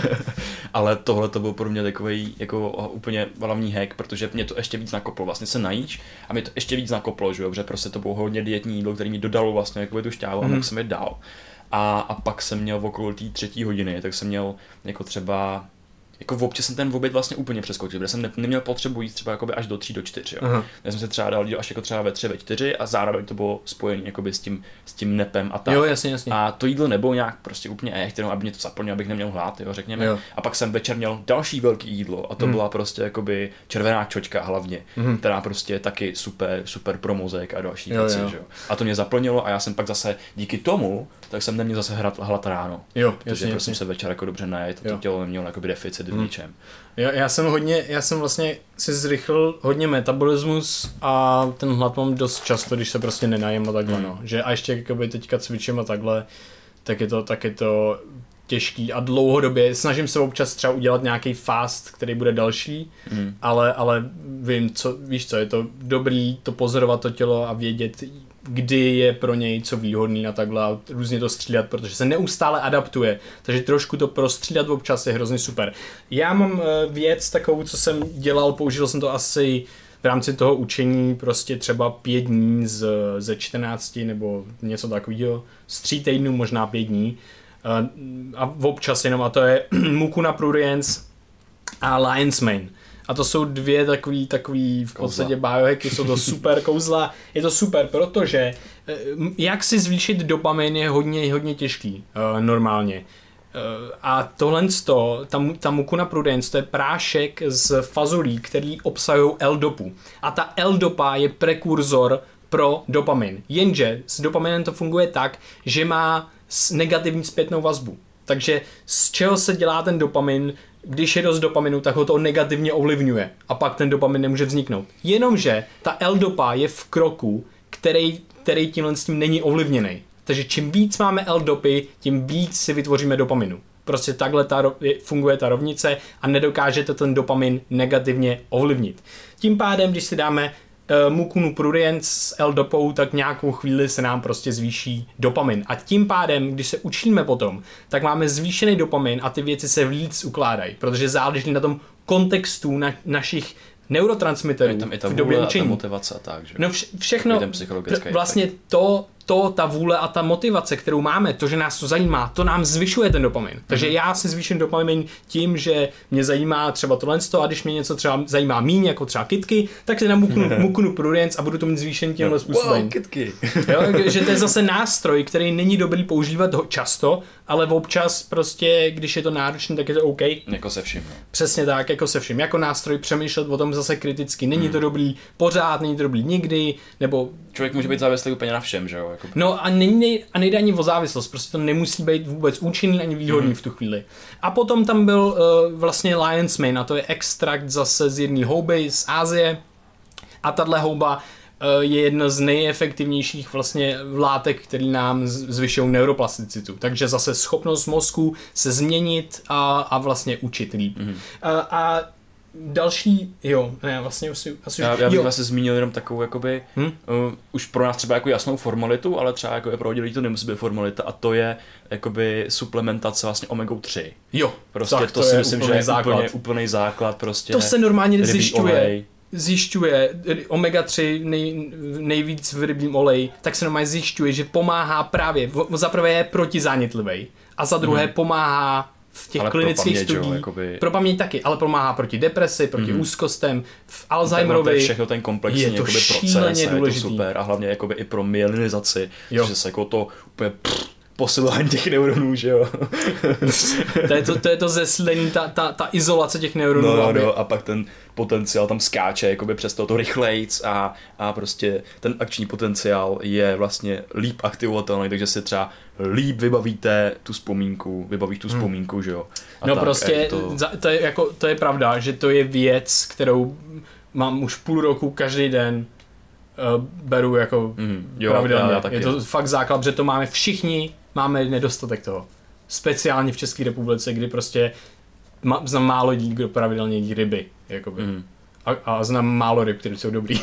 Ale tohle to byl pro mě takový jako úplně hlavní hack, protože mě to ještě víc nakoplo, vlastně se najíč a mě to ještě víc nakoplo, že jo, protože prostě to bylo hodně dietní jídlo, který mi dodalo vlastně jako tu šťávu a mohl jsem je dál. A, a pak jsem měl okolo té třetí hodiny, tak jsem měl jako třeba, jako v občas jsem ten oběd vlastně úplně přeskočil, protože jsem ne, neměl potřebu jíst třeba jakoby až do tří, do čtyř, jo. Uh-huh. Já jsem se třeba dal až jako třeba ve tři, ve čtyři a zároveň to bylo spojené jakoby s tím, s tím nepem a tak. Jo, jasně, jasně. A to jídlo nebylo nějak prostě úplně echt, jenom aby mě to zaplnilo, abych neměl hlad, jo, řekněme. Jo. A pak jsem večer měl další velký jídlo a to hmm. byla prostě jakoby červená čočka hlavně, hmm. která prostě je taky super, super pro mozek a další jo, věci, jo. Že jo. A to mě zaplnilo a já jsem pak zase díky tomu, tak jsem neměl zase hlad, hlad ráno. Jo, protože jasně, prostě jasně. se večer jako dobře najet a to tělo nemělo jakoby deficit v ničem. Jo, já jsem hodně, já jsem vlastně si zrychlil hodně metabolismus a ten hlad mám dost často, když se prostě nenajím a takhle, mm. no. Že a ještě jakoby teďka cvičím a takhle, tak je to, tak je to těžký a dlouhodobě, snažím se občas třeba udělat nějaký fast, který bude další, mm. ale, ale vím, co, víš co, je to dobrý to pozorovat to tělo a vědět, kdy je pro něj co výhodný a takhle a různě to střídat, protože se neustále adaptuje, takže trošku to prostřídat občas je hrozně super. Já mám věc takovou, co jsem dělal, použil jsem to asi v rámci toho učení prostě třeba pět dní z, ze čtrnácti nebo něco takového, z tří týdnů možná pět dní a občas jenom a to je Mucuna pruriens a Lion's Mane. A to jsou dvě takový, takový v podstatě biohacky, jsou to super kouzla. Je to super, protože jak si zvýšit dopamin je hodně, hodně těžký uh, normálně. Uh, a tohle, ta, ta Mucuna pruriens, to je prášek z fazolí, který obsahují L-dopu. A ta L-dopa je prekurzor pro dopamin. Jenže s dopaminem to funguje tak, že má negativní zpětnou vazbu. Takže z čeho se dělá ten dopamin? Když je dost dopaminu, tak ho to negativně ovlivňuje a pak ten dopamin nemůže vzniknout. Jenomže ta L-dopa je v kroku, který, který tímhle s tím není ovlivněný. Takže čím víc máme L-dopy, tím víc si vytvoříme dopaminu. Prostě takhle ta, funguje ta rovnice a nedokážete ten dopamin negativně ovlivnit. Tím pádem, když si dáme uh, Mucunu pruriens s L-dopou, tak nějakou chvíli se nám prostě zvýší dopamin. A tím pádem, když se učíme potom, tak máme zvýšený dopamin a ty věci se víc ukládají, protože záleží na tom kontextu na, našich neurotransmiterů je tam i ta v době vůle učení. A ta motivace a tak, že? No vše, všechno, vlastně to, to, ta vůle a ta motivace, kterou máme, to, že nás to zajímá, to nám zvyšuje ten dopamin. Mm-hmm. Takže já si zvýším dopamin tím, že mě zajímá třeba tohle a když mě něco třeba zajímá míň, jako třeba kytky, tak si na Mucunu pruriens a budu to mít zvýšený tímhle způsobem. Wow, kytky. Jo, že to je zase nástroj, který není dobrý používat ho často, ale občas prostě, když je to náročný, tak je to OK. Jako se vším. Přesně tak, jako se vším. Jako nástroj přemýšlet o tom zase kriticky. Není to dobrý pořád, není to dobrý nikdy, nebo... Člověk může být závislý úplně na všem, že jo? Jako... No a, není, a nejde ani o závislost, prostě to nemusí být vůbec účinný ani výhodný mm. v tu chvíli. A potom tam byl uh, vlastně Lion's Mane a to je extrakt zase z jedné houby z Asie a tahle houba uh, je jedna z nejefektivnějších vlastně látek, který nám zvyšují neuroplasticitu. Takže zase schopnost mozku se změnit a, a vlastně učit líp. Mm. Uh, a další, jo, ne, vlastně asi... asi já, já bych vlastně zmínil jenom takovou, jakoby, hmm? uh, už pro nás třeba jako jasnou formalitu, ale třeba jako pro lidi to nemusí být formalita a to je jakoby suplementace vlastně omegou tři. Jo, prostě tak to, to si je myslím, že je úplně úplný základ prostě. To se normálně zjišťuje. Olej. Zjišťuje, omega tři nej, nejvíc v rybím oleji, tak se normálně zjišťuje, že pomáhá právě, za prvé je protizánětlivý a za druhé hmm. pomáhá v těch ale klinických studiích, jakoby... pro paměť taky, ale pomáhá proti depresi, proti mm-hmm. úzkostem, v Alzheimerovi. To je všechno ten komplexní je to proces, důležitý. Je to super a hlavně jakoby i pro myelinizaci, že se jako to úplně pff, posilování těch neuronů, že jo. to, je to, to je to zeslení, ta, ta, ta izolace těch neuronů. No, no, aby... no, a pak ten potenciál tam skáče, jakoby přes to, to rychlejc a, a prostě ten akční potenciál je vlastně líp aktivovatelný, takže si třeba líp vybavíte tu vzpomínku, vybavíš tu vzpomínku, hmm. že jo. A no tak, prostě, to... Za, to, je jako, to je pravda, že to je věc, kterou mám už půl roku každý den uh, beru jako mm, jo, pravidelně. Já, já je to fakt základ, že to máme všichni, máme nedostatek toho. Speciálně v České republice, kdy prostě má, znám málo lidí, kdo pravidelně jí ryby. Jakoby. Mm. A, a znám málo ryb, které jsou dobrý.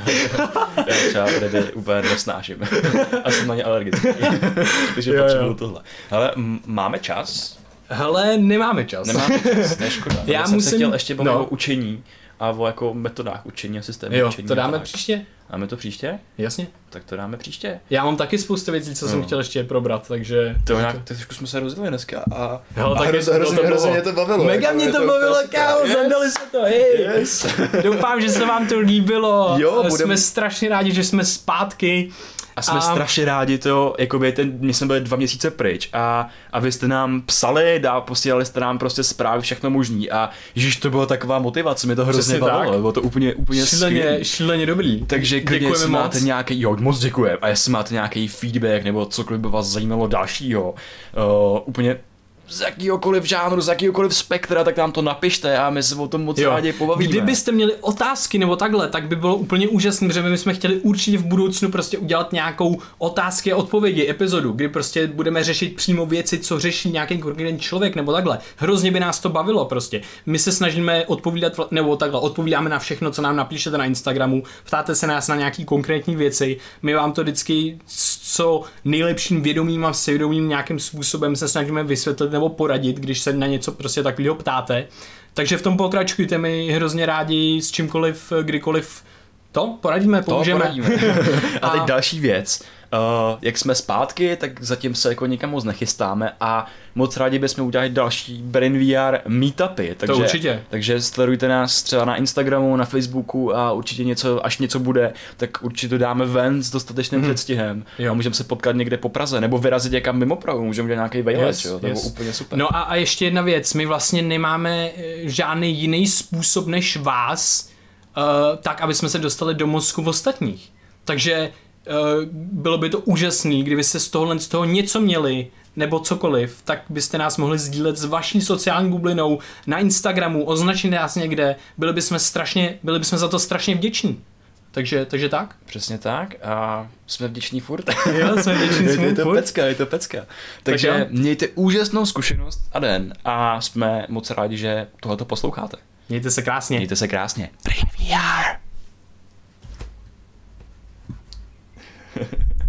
Já třeba ryby úplně nesnáším. A jsem na ně alergický. Takže jo, potřebuju jo. tohle. Ale m- máme čas? Hele, nemáme čas. Nemáme čas, to je škoda. Já, Já musím... jsem se chtěl ještě bavit no. o učení a o jako metodách učení a systému jo, učení. To dáme příště? Dáme to příště? Jasně. Tak to dáme příště. Já mám taky spoustu věcí, co no. jsem chtěl ještě probrat, takže... To nějak, trošku jsme se rozdělili dneska a... Hele, a hrozně, hrozně, hrozně mě to bavilo. Mega mě to bavilo, kámo, yes. Zadali se to, hej. Yes. Doufám, že se vám to líbilo. Jo, budem... Jsme strašně rádi, že jsme zpátky. A jsme a... strašně rádi to, jakoby ten, my jsme byli dva měsíce pryč a, a vy jste nám psali, dá, posílali jste nám prostě zprávy, všechno možný a ježiš, to byla taková motivace, mě to hrozně bavilo, bylo to úplně, úplně šíleně, skvělý. Šíleně dobrý. Takže klidně, jestli máte nějaký, jo, moc děkujem, a jestli máte nějaký feedback nebo cokoliv by vás zajímalo dalšího, uh, úplně z jakýhokoliv žánru, z jakýhokoliv spektra, tak nám to napište a my se o tom moc jo. rádi pobavíme. Kdybyste měli otázky nebo takhle, tak by bylo úplně úžasné, protože my bychom chtěli určitě v budoucnu prostě udělat nějakou otázky a odpovědi epizodu, kdy prostě budeme řešit přímo věci, co řeší nějaký konkrétní člověk nebo takhle. Hrozně by nás to bavilo prostě. My se snažíme odpovídat, nebo takhle, odpovídáme na všechno, co nám napíšete na Instagramu, ptáte se nás na nějaký konkrétní věci, my vám to vždycky co nejlepším vědomím a svědomím nějakým způsobem se snažíme vysvětlit nebo poradit, když se na něco prostě takového ptáte. Takže v tom pokračujte, my hrozně rádi s čímkoliv, kdykoliv to poradíme, pomůžeme. To poradíme. A teď další věc. Uh, jak jsme zpátky, tak zatím se jako nikam moc nechystáme a moc rádi bychom udělali další Brain V R meetupy. Takže, to určitě. Takže sledujte nás třeba na Instagramu, na Facebooku a určitě něco, až něco bude, tak určitě to dáme ven s dostatečným mm-hmm. předstihem. Jo. A můžeme se potkat někde po Praze nebo vyrazit někam mimo Prahu, můžeme udělat nějaký vejlet, yes, jo? To yes. bylo úplně super. No a, a ještě jedna věc, my vlastně nemáme žádný jiný způsob než vás, uh, tak aby jsme se dostali do mozku v ostatních. Takže Uh, bylo by to úžasný, kdybyste z tohohle z toho něco měli, nebo cokoliv, tak byste nás mohli sdílet s vaší sociální bublinou na Instagramu, označit nás někde, byli bychom strašně, byli bychom za to strašně vděční. Takže, takže tak? Přesně tak a jsme vděční furt. Jo, jsme vděční je, je to furt. pecka, je to pecka. Takže tak mějte úžasnou zkušenost a den a jsme moc rádi, že tohleto posloucháte. Mějte se krásně. Mějte se krásně. Brain V R.